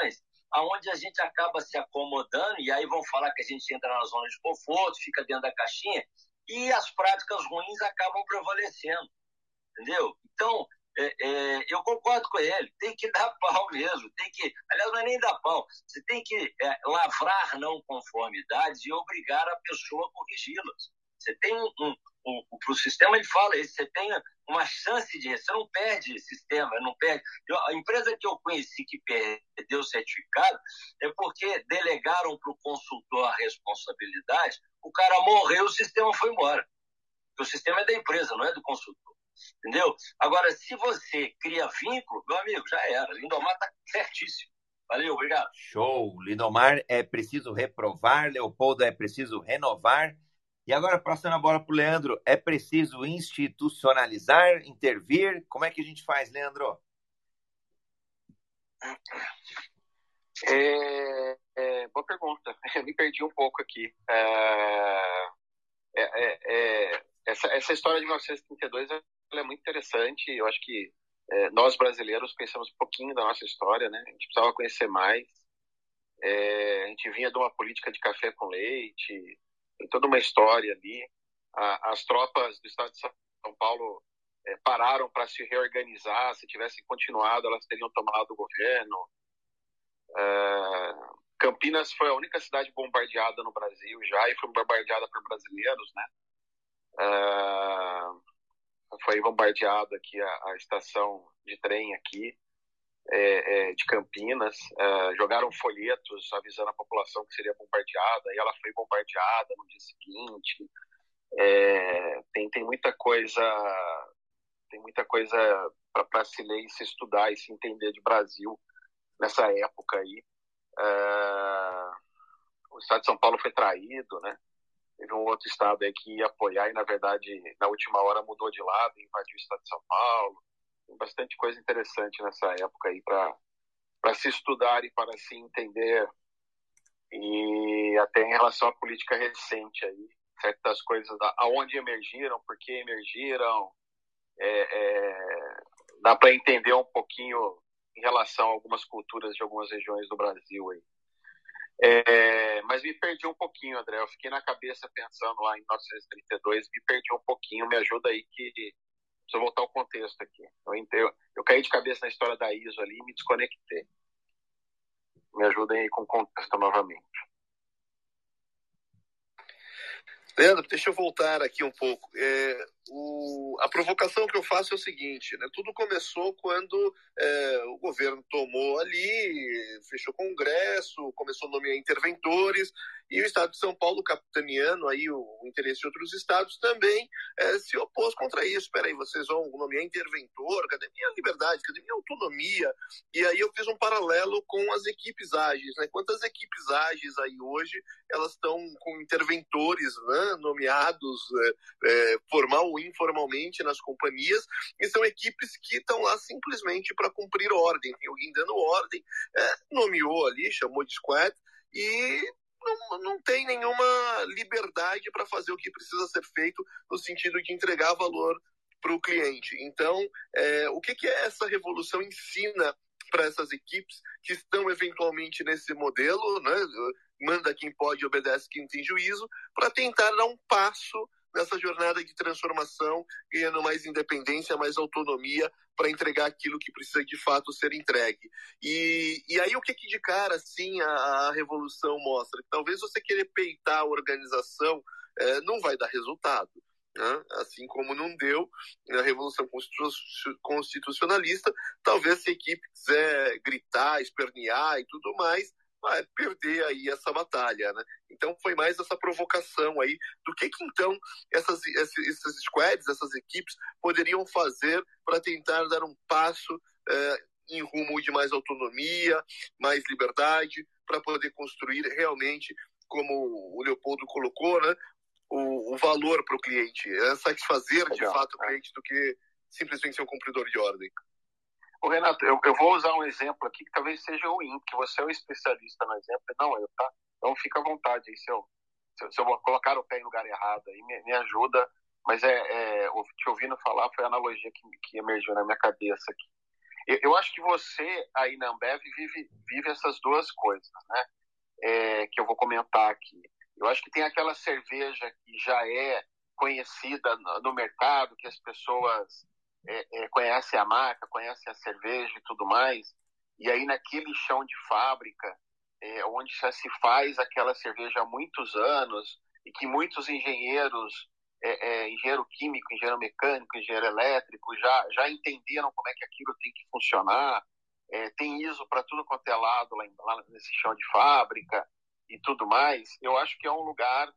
onde a gente acaba se acomodando, e aí vão falar que a gente entra na zona de conforto, fica dentro da caixinha, e as práticas ruins acabam prevalecendo, entendeu? Então, é, é, eu concordo com ele, tem que dar pau mesmo, tem que, aliás, não é nem dar pau, você tem que é, lavrar não conformidades e obrigar a pessoa a corrigi-las. Você tem um, um, um, o sistema, ele fala isso, você tem uma chance de, você não perde sistema, não perde. Eu, a empresa que eu conheci que perdeu o certificado é porque delegaram para o consultor a responsabilidade, o cara morreu, o sistema foi embora. Porque o sistema é da empresa, não é do consultor. Entendeu? Agora, se você cria vínculo, meu amigo, já era. Lindomar está certíssimo. Valeu, obrigado. Show. Lindomar, é preciso reprovar. Leopoldo, é preciso renovar. E agora, passando a bola para o Leandro, é preciso institucionalizar, intervir? Como é que a gente faz, Leandro? É, é, boa pergunta. Eu me perdi um pouco aqui. É, é, é, essa, essa história de mil novecentos e trinta e dois ela é muito interessante. Eu acho que é, nós brasileiros conhecemos um pouquinho da nossa história, né? A gente precisava conhecer mais. É, a gente vinha de uma política de café com leite, tem toda uma história ali. A, as tropas do estado de São Paulo é, pararam para se reorganizar. Se tivessem continuado, elas teriam tomado o governo. É, Campinas foi a única cidade bombardeada no Brasil já, e foi bombardeada por brasileiros, né? É, foi bombardeada aqui a, a estação de trem aqui é, é, de Campinas, é, jogaram folhetos avisando a população que seria bombardeada, e ela foi bombardeada no dia seguinte. É, tem, tem muita coisa tem muita coisa para se ler e se estudar e se entender de Brasil nessa época aí. É, o estado de São Paulo foi traído, né? Teve um outro estado aí que ia apoiar e, na verdade, na última hora mudou de lado e invadiu o estado de São Paulo. Tem bastante coisa interessante nessa época aí para se estudar e para se entender. E até em relação à política recente aí, certas coisas, aonde emergiram, por que emergiram, é, é, dá para entender um pouquinho em relação a algumas culturas de algumas regiões do Brasil aí. É, mas me perdi um pouquinho, André. Eu fiquei na cabeça pensando lá em mil novecentos e trinta e dois, me perdi um pouquinho. Me ajuda aí que preciso voltar ao contexto aqui. Eu, eu, eu caí de cabeça na história da I S O ali e me desconectei. Me ajuda aí com o contexto novamente. Leandro, deixa eu voltar aqui um pouco. É, o, a provocação que eu faço é o seguinte, né? Tudo começou quando é, o governo tomou ali, fechou o Congresso, começou a nomear interventores, e o Estado de São Paulo, capitaneando aí o, o interesse de outros estados, também é, se opôs contra isso. Espera aí, vocês vão nomear interventor? Cadê minha liberdade? Cadê minha autonomia? E aí eu fiz um paralelo com as equipes ágeis, né? Quantas equipes ágeis aí hoje, elas estão com interventores, né, nomeados é, é, formal ou informalmente nas companhias, e são equipes que estão lá simplesmente para cumprir ordem. Tem alguém dando ordem, é, nomeou ali, chamou de squad, e não, não tem nenhuma liberdade para fazer o que precisa ser feito no sentido de entregar valor para o cliente. Então, é, o que, que essa revolução ensina para essas equipes que estão eventualmente nesse modelo, né? Manda quem pode, obedece quem tem juízo, para tentar dar um passo nessa jornada de transformação, ganhando mais independência, mais autonomia para entregar aquilo que precisa de fato ser entregue. E, e aí o que, que de cara assim a, a revolução mostra? Que talvez você querer peitar a organização é, não vai dar resultado. Né? Assim como não deu na Revolução Constitucionalista, talvez se a equipe quiser gritar, espernear e tudo mais, vai perder aí essa batalha, né? Então foi mais essa provocação aí do que que então essas, esses squads, essas equipes poderiam fazer para tentar dar um passo é, em rumo de mais autonomia, mais liberdade, para poder construir realmente, como o Leopoldo colocou, né, o, o valor para o cliente, é satisfazer de Legal, fato o cliente do que simplesmente ser um cumpridor de ordem. Ô, Renato, eu, eu vou usar um exemplo aqui que talvez seja ruim, porque você é o especialista no exemplo, não eu, tá? Então fica à vontade aí, se eu, se eu, se eu colocar o pé em lugar errado aí, me, me ajuda, mas é, é, te ouvindo falar foi a analogia que, que emergiu na minha cabeça aqui. Eu, eu acho que você, aí na Ambev, vive, vive essas duas coisas, né? É, que eu vou comentar aqui. Eu acho que tem aquela cerveja que já é conhecida no, no mercado, que as pessoas é, é, conhecem a marca, conhecem a cerveja e tudo mais, e aí naquele chão de fábrica, é, onde já se faz aquela cerveja há muitos anos, e que muitos engenheiros, é, é, engenheiro químico, engenheiro mecânico, engenheiro elétrico, já, já entenderam como é que aquilo tem que funcionar. É, tem I S O para tudo quanto é lado lá, lá nesse chão de fábrica e tudo mais. Eu acho que é um lugar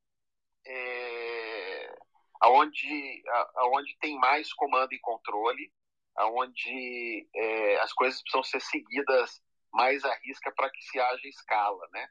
é, onde, onde tem mais comando e controle, onde é, as coisas precisam ser seguidas mais à risca para que se haja escala, né?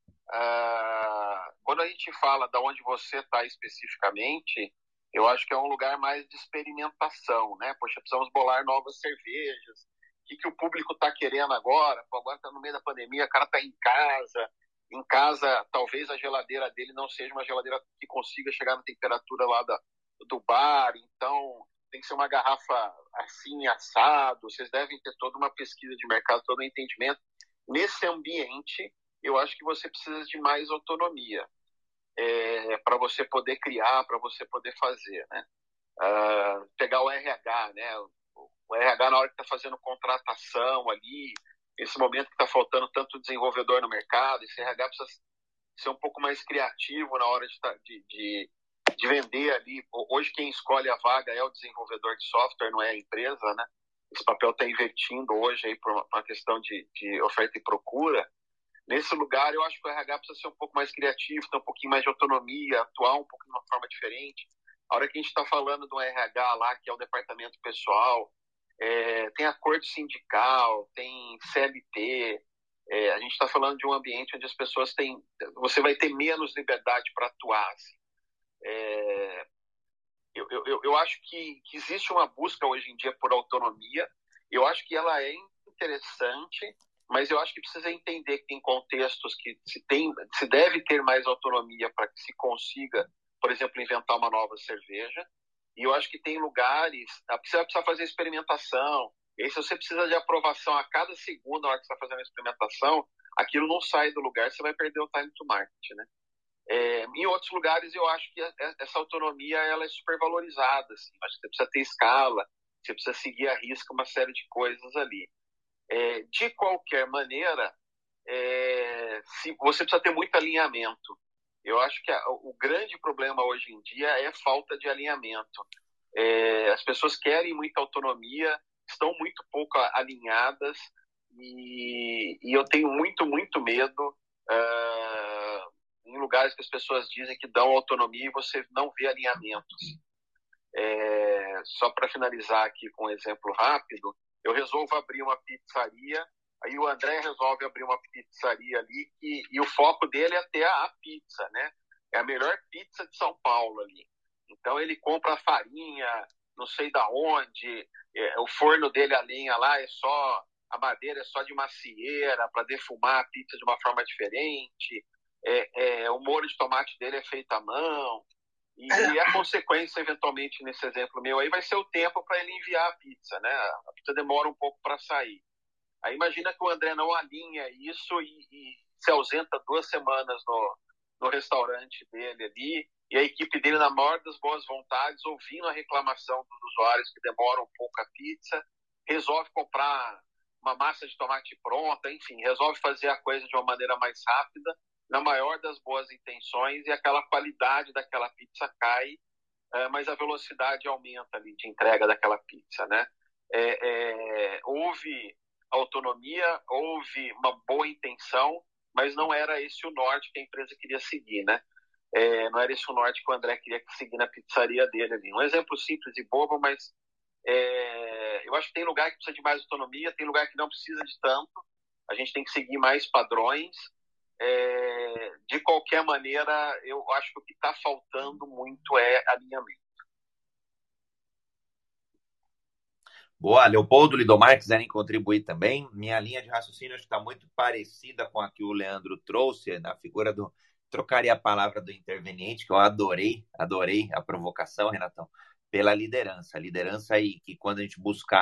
Ah, quando a gente fala de onde você está especificamente, eu acho que é um lugar mais de experimentação, né? Poxa, precisamos bolar novas cervejas. O que, que o público está querendo agora? Pô, agora está no meio da pandemia, o cara está em casa. Em casa, talvez a geladeira dele não seja uma geladeira que consiga chegar na temperatura lá da, do bar. Então, tem que ser uma garrafa assim, assado. Vocês devem ter toda uma pesquisa de mercado, todo um entendimento. Nesse ambiente, eu acho que você precisa de mais autonomia é, para você poder criar, para você poder fazer, né? Uh, pegar o R H, né? O R H na hora que está fazendo contratação ali, esse momento que está faltando tanto desenvolvedor no mercado, esse R H precisa ser um pouco mais criativo na hora de, de, de, de vender ali. Hoje quem escolhe a vaga é o desenvolvedor de software, não é a empresa, né? Esse papel está invertindo hoje aí por uma, uma questão de, de oferta e procura. Nesse lugar, eu acho que o R H precisa ser um pouco mais criativo, ter um pouquinho mais de autonomia, atuar um pouco de uma forma diferente. A hora que a gente está falando do R H lá, que é o departamento pessoal, é, tem acordo sindical, tem C L T, é, a gente está falando de um ambiente onde as pessoas têm... Você vai ter menos liberdade para atuar. Assim. É, eu, eu, eu acho que, que existe uma busca hoje em dia por autonomia. Eu acho que ela é interessante, mas eu acho que precisa entender que tem contextos que se, tem, se deve ter mais autonomia para que se consiga, por exemplo, inventar uma nova cerveja. E eu acho que tem lugares, você vai precisar fazer experimentação. E aí, se você precisa de aprovação a cada segundo na hora que você está fazendo a experimentação, aquilo não sai do lugar, você vai perder o time to market, né? É, em outros lugares, eu acho que essa autonomia ela é super valorizada. Assim. Acho que você precisa ter escala, você precisa seguir à risca uma série de coisas ali. É, de qualquer maneira, é, se, você precisa ter muito alinhamento. Eu acho que a, o grande problema hoje em dia é falta de alinhamento. É, as pessoas querem muita autonomia, estão muito pouco alinhadas e, e eu tenho muito, muito medo uh, em lugares que as pessoas dizem que dão autonomia e você não vê alinhamentos. É, só para finalizar aqui com um exemplo rápido, eu resolvo abrir uma pizzaria, aí o André resolve abrir uma pizzaria ali e, e o foco dele é ter a, a pizza, né? É a melhor pizza de São Paulo ali. Então ele compra a farinha, não sei da onde, é, o forno dele, a lenha lá é só, a madeira é só de macieira para defumar a pizza de uma forma diferente, é, é, o molho de tomate dele é feito à mão. E, e a consequência, eventualmente, nesse exemplo meu aí, vai ser o tempo para ele enviar a pizza, né? A pizza demora um pouco para sair. Aí imagina que o André não alinha isso e, e se ausenta duas semanas no, no restaurante dele ali, e a equipe dele, na maior das boas vontades, ouvindo a reclamação dos usuários que demoram um pouco a pizza, resolve comprar uma massa de tomate pronta, enfim, resolve fazer a coisa de uma maneira mais rápida, na maior das boas intenções, e aquela qualidade daquela pizza cai, é, mas a velocidade aumenta ali de entrega daquela pizza, né? É, é, houve autonomia, houve uma boa intenção, mas não era esse o norte que a empresa queria seguir, né? É, não era esse o norte que o André queria seguir na pizzaria dele ali. Um exemplo simples e bobo, mas é, eu acho que tem lugar que precisa de mais autonomia, tem lugar que não precisa de tanto, a gente tem que seguir mais padrões. É, de qualquer maneira, eu acho que o que está faltando muito é alinhamento. Boa, Leopoldo, Lidomar, quiserem contribuir também. Minha linha de raciocínio está muito parecida com a que o Leandro trouxe, na figura do... Trocaria a palavra do interveniente, que eu adorei, adorei a provocação, Renatão, pela liderança. A liderança aí, que quando a gente buscar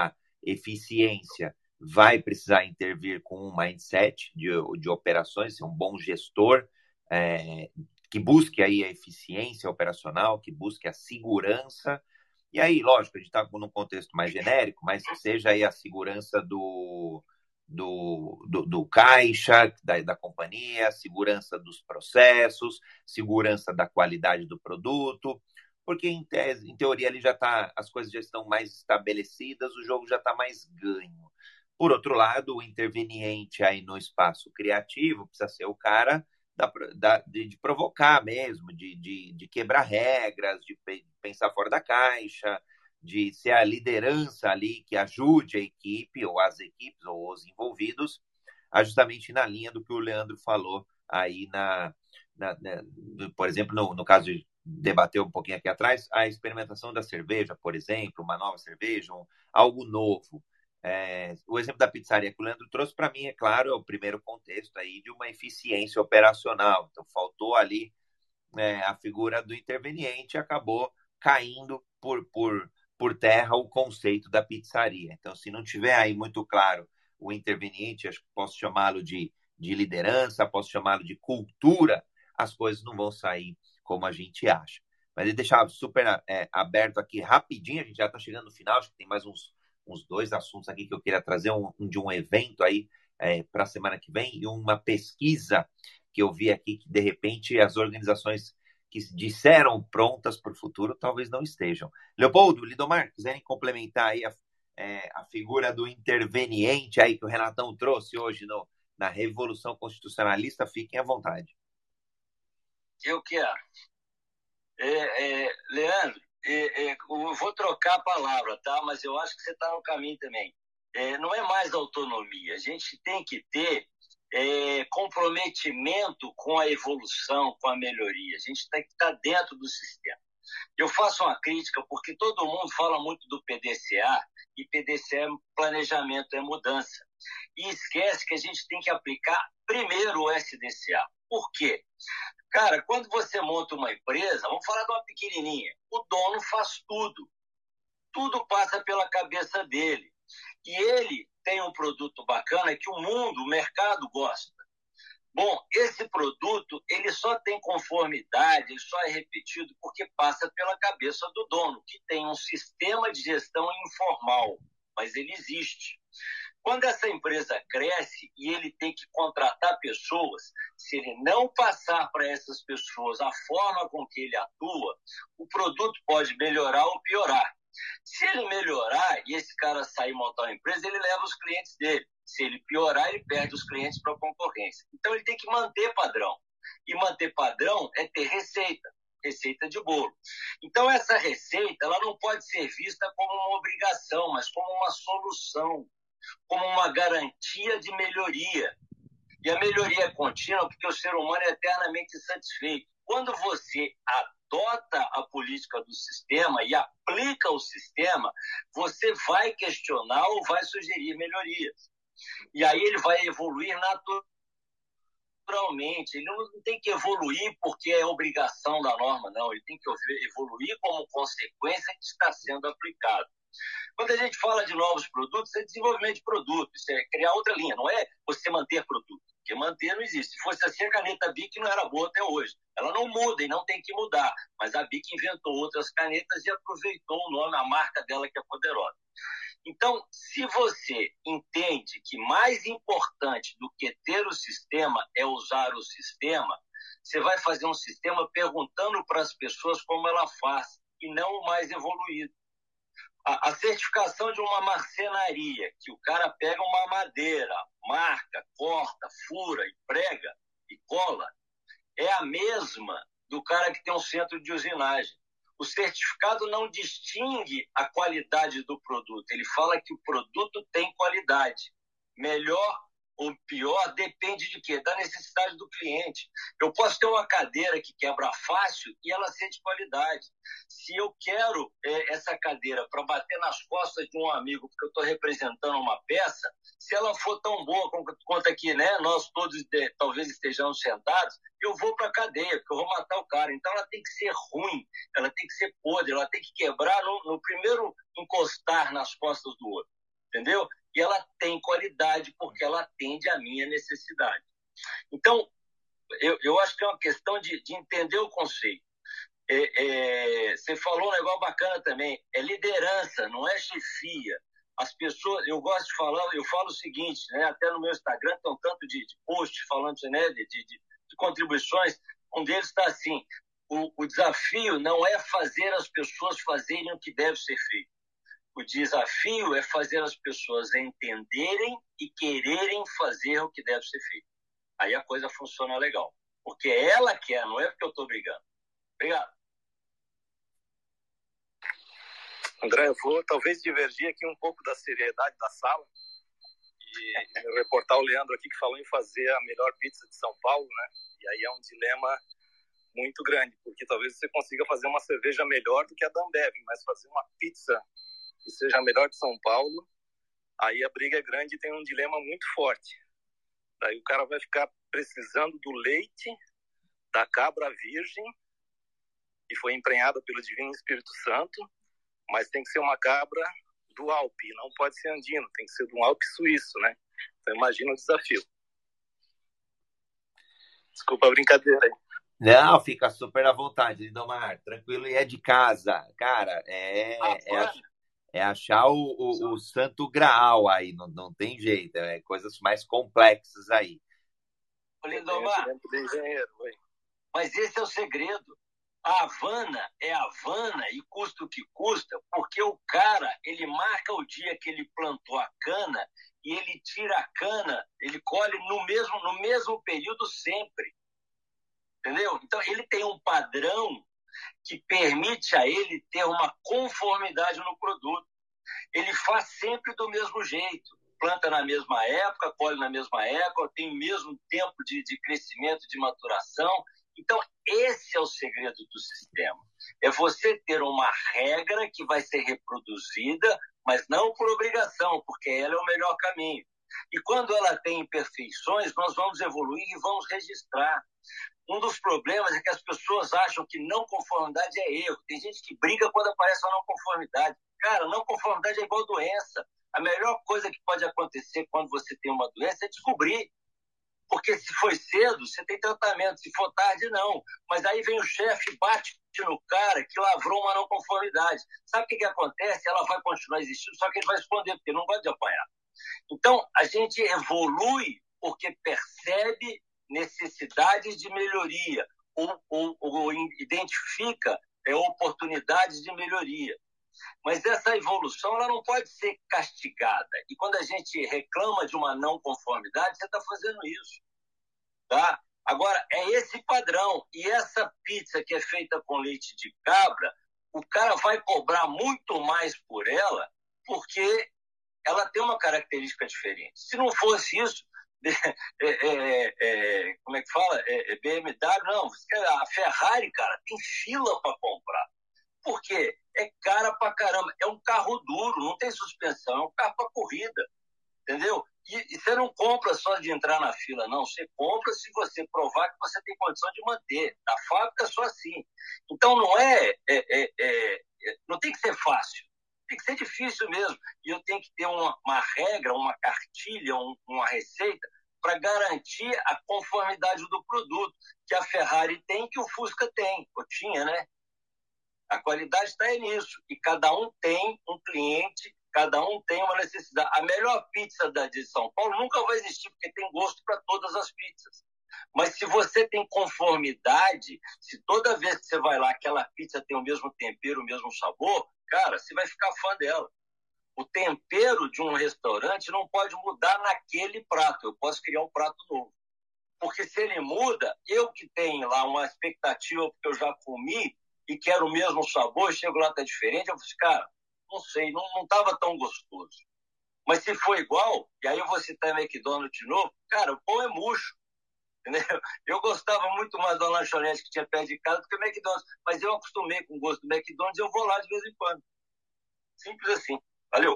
eficiência, vai precisar intervir com um mindset de, de operações, ser um bom gestor, é, que busque aí a eficiência operacional, que busque a segurança. E aí, lógico, a gente está num contexto mais genérico, mas que seja aí a segurança do, do, do, do caixa, da, da companhia, segurança dos processos, segurança da qualidade do produto, porque em, tese, em teoria ali já tá, as coisas já estão mais estabelecidas, o jogo já está mais ganho. Por outro lado, o interveniente aí no espaço criativo precisa ser o cara da, da, de, de provocar mesmo, de, de, de quebrar regras, de pensar fora da caixa, de ser a liderança ali que ajude a equipe, ou as equipes, ou os envolvidos, a justamente na linha do que o Leandro falou aí, na, na, na por exemplo, no, no caso de debater um pouquinho aqui atrás, a experimentação da cerveja, por exemplo, uma nova cerveja, um, algo novo. É, o exemplo da pizzaria que o Leandro trouxe, para mim, é claro, é o primeiro contexto aí de uma eficiência operacional. Então, faltou ali é, a figura do interveniente e acabou caindo por, por, por terra o conceito da pizzaria. Então, se não tiver aí muito claro o interveniente, acho que posso chamá-lo de, de liderança, posso chamá-lo de cultura, as coisas não vão sair como a gente acha. Mas ele deixava super é, aberto aqui rapidinho, a gente já está chegando no final, acho que tem mais uns, uns dois assuntos aqui que eu queria trazer, um, um de um evento aí é, para a semana que vem e uma pesquisa que eu vi aqui que, de repente, as organizações que disseram prontas para o futuro talvez não estejam. Leopoldo, Lidomar, quiserem complementar aí a, é, a figura do interveniente aí que o Renatão trouxe hoje no, na Revolução Constitucionalista, fiquem à vontade. Eu quero. É, é, Leandro, é, é, eu vou trocar a palavra, tá? Mas eu acho que você está no caminho também. É, não é mais autonomia. A gente tem que ter é, comprometimento com a evolução, com a melhoria. A gente tem que estar dentro do sistema. Eu faço uma crítica porque todo mundo fala muito do P D C A e P D C A é planejamento, é mudança. E esquece que a gente tem que aplicar primeiro o S D C A. Por quê? Cara, quando você monta uma empresa, vamos falar de uma pequenininha, o dono faz tudo. Tudo passa pela cabeça dele. E ele tem um produto bacana que o mundo, o mercado gosta. Bom, esse produto, ele só tem conformidade, ele só é repetido porque passa pela cabeça do dono, que tem um sistema de gestão informal, mas ele existe. Quando essa empresa cresce e ele tem que contratar pessoas, se ele não passar para essas pessoas a forma com que ele atua, o produto pode melhorar ou piorar. Se ele melhorar e esse cara sair e montar uma empresa, ele leva os clientes dele. Se ele piorar, ele perde os clientes para a concorrência. Então, ele tem que manter padrão. E manter padrão é ter receita, receita de bolo. Então, essa receita ela não pode ser vista como uma obrigação, mas como uma solução, como uma garantia de melhoria. E a melhoria é contínua porque o ser humano é eternamente insatisfeito. Quando você adota a política do sistema e aplica o sistema, você vai questionar ou vai sugerir melhorias. E aí ele vai evoluir naturalmente. Ele não tem que evoluir porque é obrigação da norma, não. Ele tem que evoluir como consequência que está sendo aplicado. Quando a gente fala de novos produtos, é desenvolvimento de produtos, isso é criar outra linha, não é você manter produto, porque manter não existe. Se fosse assim, a caneta Bic não era boa até hoje. Ela não muda e não tem que mudar, mas a Bic inventou outras canetas e aproveitou o nome, a marca dela que é poderosa. Então, se você entende que mais importante do que ter o sistema é usar o sistema, você vai fazer um sistema perguntando para as pessoas como ela faz e não o mais evoluído. A, a certificação de uma marcenaria, que o cara pega uma madeira, marca, corta, fura e prega e cola, é a mesma do cara que tem um centro de usinagem. O certificado não distingue a qualidade do produto. Ele fala que o produto tem qualidade. Melhor ou pior depende de quê? Da necessidade do cliente. Eu posso ter uma cadeira que quebra fácil e ela ser de qualidade. Se eu quero é, essa cadeira para bater nas costas de um amigo porque eu estou representando uma peça, se ela for tão boa quanto aqui, né, nós todos de, talvez estejamos sentados, eu vou para a cadeia, porque eu vou matar o cara. Então ela tem que ser ruim, ela tem que ser podre, ela tem que quebrar no, no primeiro encostar nas costas do outro. entendeu? E ela tem qualidade porque ela atende à minha necessidade. Então, eu, eu acho que é uma questão de, de entender o conceito. É, é, você falou um negócio bacana também, é liderança, não é chefia. As pessoas, eu gosto de falar, eu falo o seguinte, né, até no meu Instagram tem um tanto de, de posts falando, né, de, de, de contribuições, um deles está assim, o, o desafio não é fazer as pessoas fazerem o que deve ser feito. O desafio é fazer as pessoas entenderem e quererem fazer o que deve ser feito. Aí a coisa funciona legal. Porque ela quer, não é porque eu estou brigando. Obrigado. André, eu vou talvez divergir aqui um pouco da seriedade da sala e reportar o Leandro aqui que falou em fazer a melhor pizza de São Paulo, né? E aí é um dilema muito grande, porque talvez você consiga fazer uma cerveja melhor do que a da Ambev, mas fazer uma pizza que seja a melhor de São Paulo, aí a briga é grande e tem um dilema muito forte. Daí o cara vai ficar precisando do leite da cabra virgem, que foi emprenhada pelo Divino Espírito Santo, mas tem que ser uma cabra do Alpe, não pode ser andino, tem que ser do Alpe suíço, né? Então imagina o desafio. Desculpa a brincadeira aí. Não, fica super à vontade, Lindomar, tranquilo, e é de casa. Cara, é, Ah, é, ach- é achar o, o, o santo graal aí, não, não tem jeito, é coisas mais complexas aí. Lindomar, do engenheiro, oi. mas esse é o segredo. A Havana é Havana e custa o que custa, porque o cara, ele marca o dia que ele plantou a cana e ele tira a cana, ele colhe no mesmo, no mesmo período sempre. Entendeu? Então, ele tem um padrão que permite a ele ter uma conformidade no produto. Ele faz sempre do mesmo jeito. Planta na mesma época, colhe na mesma época, tem o mesmo tempo de, de crescimento, de maturação. Então, esse é o segredo do sistema. É você ter uma regra que vai ser reproduzida, mas não por obrigação, porque ela é o melhor caminho. E quando ela tem imperfeições, nós vamos evoluir e vamos registrar. Um dos problemas é que as pessoas acham que não conformidade é erro. Tem gente que briga quando aparece uma não conformidade. Cara, não conformidade é igual doença. A melhor coisa que pode acontecer quando você tem uma doença é descobrir. Porque se foi cedo, você tem tratamento. Se for tarde, não. Mas aí vem o chefe e bate no cara que lavrou uma não conformidade. Sabe o que, que acontece? Ela vai continuar existindo, só que ele vai esconder, porque não gosta de apanhar. Então, a gente evolui porque percebe necessidades de melhoria ou, ou, ou identifica é, oportunidades de melhoria. Mas essa evolução ela não pode ser castigada. E quando a gente reclama de uma não conformidade, você está fazendo isso. Tá? Agora, é esse padrão. E essa pizza que é feita com leite de cabra, o cara vai cobrar muito mais por ela porque ela tem uma característica diferente. Se não fosse isso, é, é, é, como é que fala? É, é B M W, não. A Ferrari, cara, tem fila para comprar. Por quê? É cara pra caramba. É um carro duro, não tem suspensão, é um carro para corrida. Entendeu? E, e você não compra só de entrar na fila, não. Você compra se você provar que você tem condição de manter. Da fábrica, só assim. Então, não é, é, é, é, é não tem que ser fácil. Tem que ser difícil mesmo. E eu tenho que ter uma, uma regra, uma cartilha, um, uma receita para garantir a conformidade do produto, que a Ferrari tem, que o Fusca tem. Ou tinha, né? A qualidade está aí nisso. E cada um tem um cliente, cada um tem uma necessidade. A melhor pizza da de São Paulo nunca vai existir, porque tem gosto para todas as pizzas. Mas se você tem conformidade, se toda vez que você vai lá, aquela pizza tem o mesmo tempero, o mesmo sabor, cara, você vai ficar fã dela. O tempero de um restaurante não pode mudar naquele prato. Eu posso criar um prato novo. Porque se ele muda, eu que tenho lá uma expectativa, porque eu já comi e quero o mesmo sabor, chego lá, tá diferente, eu falo assim, cara, não sei, não, não tava tão gostoso. Mas se for igual, e aí eu vou citar McDonald's de novo, cara, o pão é murcho. Entendeu? Eu gostava muito mais da lanchonete que tinha perto de casa do que o McDonald's, mas eu acostumei com o gosto do McDonald's e eu vou lá de vez em quando. Simples assim. Valeu.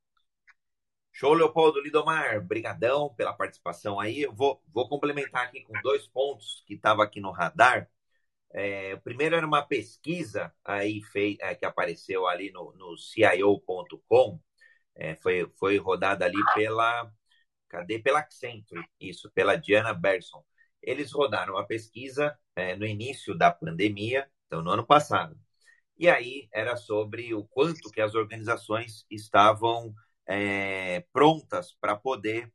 Show, Leopoldo. Lindomar, brigadão pela participação aí. Eu vou, vou complementar aqui com dois pontos que estavam aqui no radar. É, o primeiro era uma pesquisa aí fei, é, que apareceu ali no, no C I O ponto com, É, foi, foi rodada ali pela, cadê? Pela Accenture, isso, pela Diana Berson. Eles rodaram uma pesquisa é, no início da pandemia, então no ano passado. E aí era sobre o quanto que as organizações estavam é, prontas para poder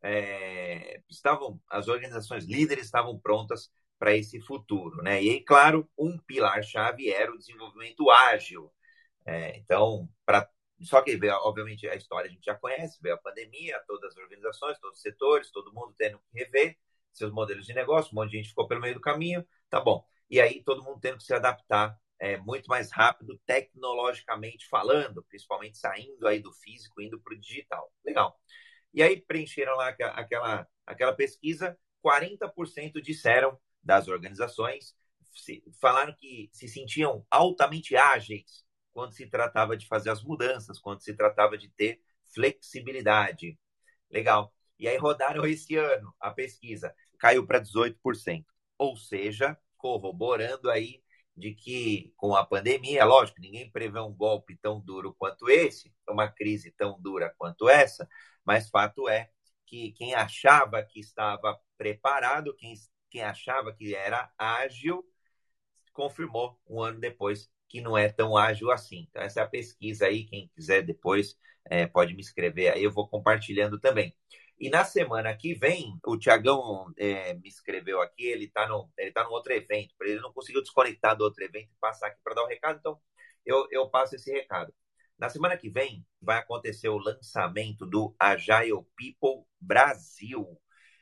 é, estavam as organizações líderes estavam prontas para esse futuro, né? E aí, claro, um pilar-chave era o desenvolvimento ágil. É, então, para só que veio, obviamente, a história a gente já conhece, veio a pandemia, todas as organizações, todos os setores, todo mundo tendo que rever seus modelos de negócio, um monte de gente ficou pelo meio do caminho, tá bom. E aí todo mundo tendo que se adaptar é, muito mais rápido, tecnologicamente falando, principalmente saindo aí do físico, indo para o digital. Legal. E aí preencheram lá aquela, aquela pesquisa, quarenta por cento disseram das organizações, falaram que se sentiam altamente ágeis quando se tratava de fazer as mudanças, quando se tratava de ter flexibilidade. Legal. E aí rodaram esse ano a pesquisa, caiu para dezoito por cento. Ou seja, corroborando aí de que com a pandemia, lógico, ninguém prevê um golpe tão duro quanto esse, uma crise tão dura quanto essa, mas fato é que quem achava que estava preparado, quem, quem achava que era ágil, confirmou um ano depois que não é tão ágil assim. Então, essa é a pesquisa aí. Quem quiser depois é, pode me escrever aí, eu vou compartilhando também. E na semana que vem, o Tiagão é, me escreveu aqui, ele está no, ele tá num outro evento, ele não conseguiu desconectar do outro evento e passar aqui para dar o recado, então eu, eu passo esse recado. Na semana que vem, vai acontecer o lançamento do Agile People Brasil.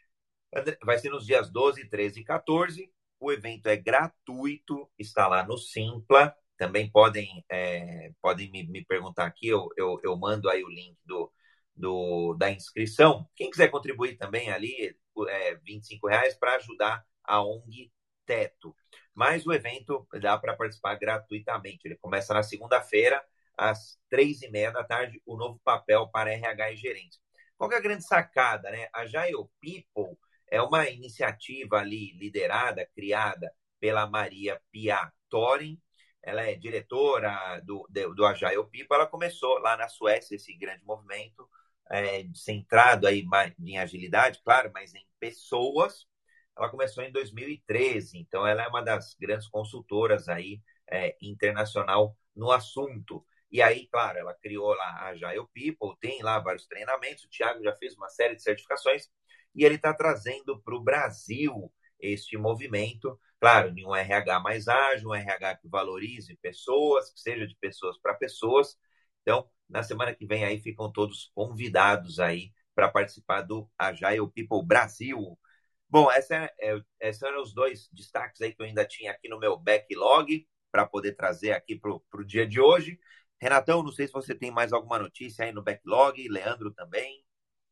Vai ser nos dias doze, treze e quatorze. O evento é gratuito, está lá no Simpla. Também podem, é, podem me, me perguntar aqui, eu, eu, eu mando aí o link do, do, da inscrição. Quem quiser contribuir também ali, é vinte e cinco reais para ajudar a O N G Teto. Mas o evento dá para participar gratuitamente. Ele começa na segunda-feira, às três e meia da tarde, o novo papel para R H e gerentes. Qual que é a grande sacada, né? A Agile People é uma iniciativa ali liderada, criada pela Maria Pia Thorin. Ela é diretora do, do Agile People. Ela começou lá na Suécia esse grande movimento, é, centrado aí em agilidade, claro, mas em pessoas. Ela começou em dois mil e treze, então ela é uma das grandes consultoras aí é, internacional no assunto. E aí, claro, ela criou lá a Agile People, tem lá vários treinamentos. O Thiago já fez uma série de certificações e ele está trazendo para o Brasil este movimento. Claro, em um R H mais ágil, um R H que valorize pessoas, que seja de pessoas para pessoas. Então, na semana que vem aí ficam todos convidados aí para participar do Agile People Brasil. Bom, essa é, é, esses eram os dois destaques aí que eu ainda tinha aqui no meu backlog para poder trazer aqui para o dia de hoje. Renatão, não sei se você tem mais alguma notícia aí no backlog, Leandro também.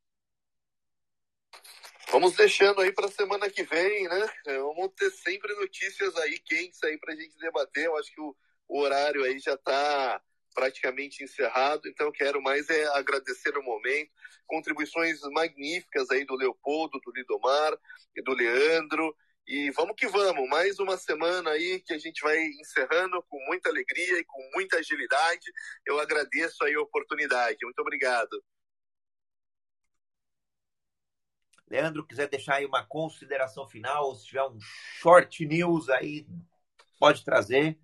Vamos deixando aí para a semana que vem, né? Vamos ter sempre notícias aí quentes aí para a gente debater. Eu acho que o, o horário aí já está praticamente encerrado, então quero mais é agradecer o momento, contribuições magníficas aí do Leopoldo, do Lidomar e do Leandro, e vamos que vamos, mais uma semana aí que a gente vai encerrando com muita alegria e com muita agilidade. Eu agradeço aí a oportunidade, muito obrigado. Leandro, quiser deixar aí uma consideração final, ou se tiver um short news aí, pode trazer.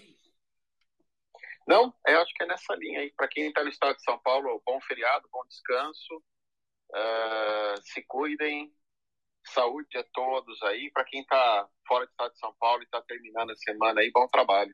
Não, eu acho que é nessa linha aí. Para quem está no estado de São Paulo, bom feriado, bom descanso. Uh, se cuidem. Saúde a todos aí. Para quem está fora do estado de São Paulo e está terminando a semana aí, bom trabalho.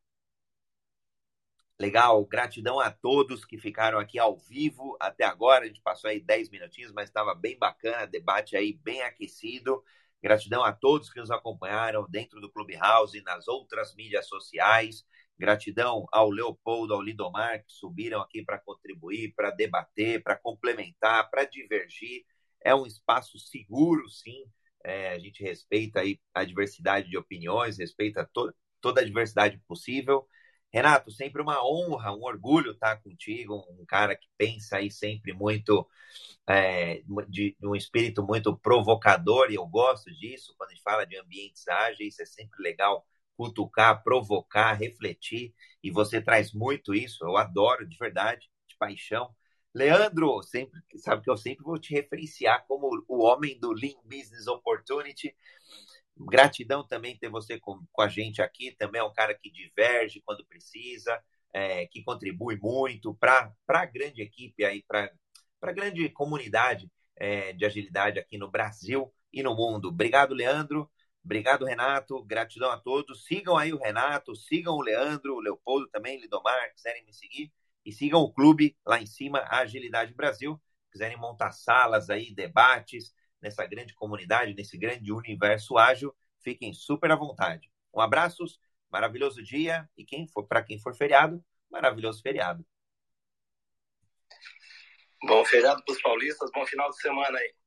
Legal, gratidão a todos que ficaram aqui ao vivo até agora. A gente passou aí dez minutinhos, mas estava bem bacana, debate aí bem aquecido. Gratidão a todos que nos acompanharam dentro do Clubhouse e nas outras mídias sociais. Gratidão ao Leopoldo, ao Lidomar, que subiram aqui para contribuir, para debater, para complementar, para divergir. É um espaço seguro, sim. É, a gente respeita aí a diversidade de opiniões, respeita to- toda a diversidade possível. Renato, sempre uma honra, um orgulho estar contigo, um cara que pensa aí sempre muito, é, de, de um espírito muito provocador, e eu gosto disso, quando a gente fala de ambientes ágeis, é sempre legal cutucar, provocar, refletir, e você traz muito isso, eu adoro, de verdade, de paixão. Leandro, sempre, sabe que eu sempre vou te referenciar como o homem do Lean Business Opportunity. Gratidão também ter você com, com a gente aqui. Também é um cara que diverge quando precisa, é, que contribui muito para a grande equipe aí, para a grande comunidade é, de agilidade aqui no Brasil e no mundo. Obrigado, Leandro. Obrigado, Renato. Gratidão a todos. Sigam aí o Renato, sigam o Leandro, o Leopoldo também, Lidomar, quiserem me seguir. E sigam o clube lá em cima, a Agilidade Brasil. Quiserem montar salas aí, debates, nessa grande comunidade, nesse grande universo ágil, fiquem super à vontade. Um abraço, maravilhoso dia. E quem for, para quem for feriado, maravilhoso feriado. Bom feriado para os paulistas, bom final de semana aí.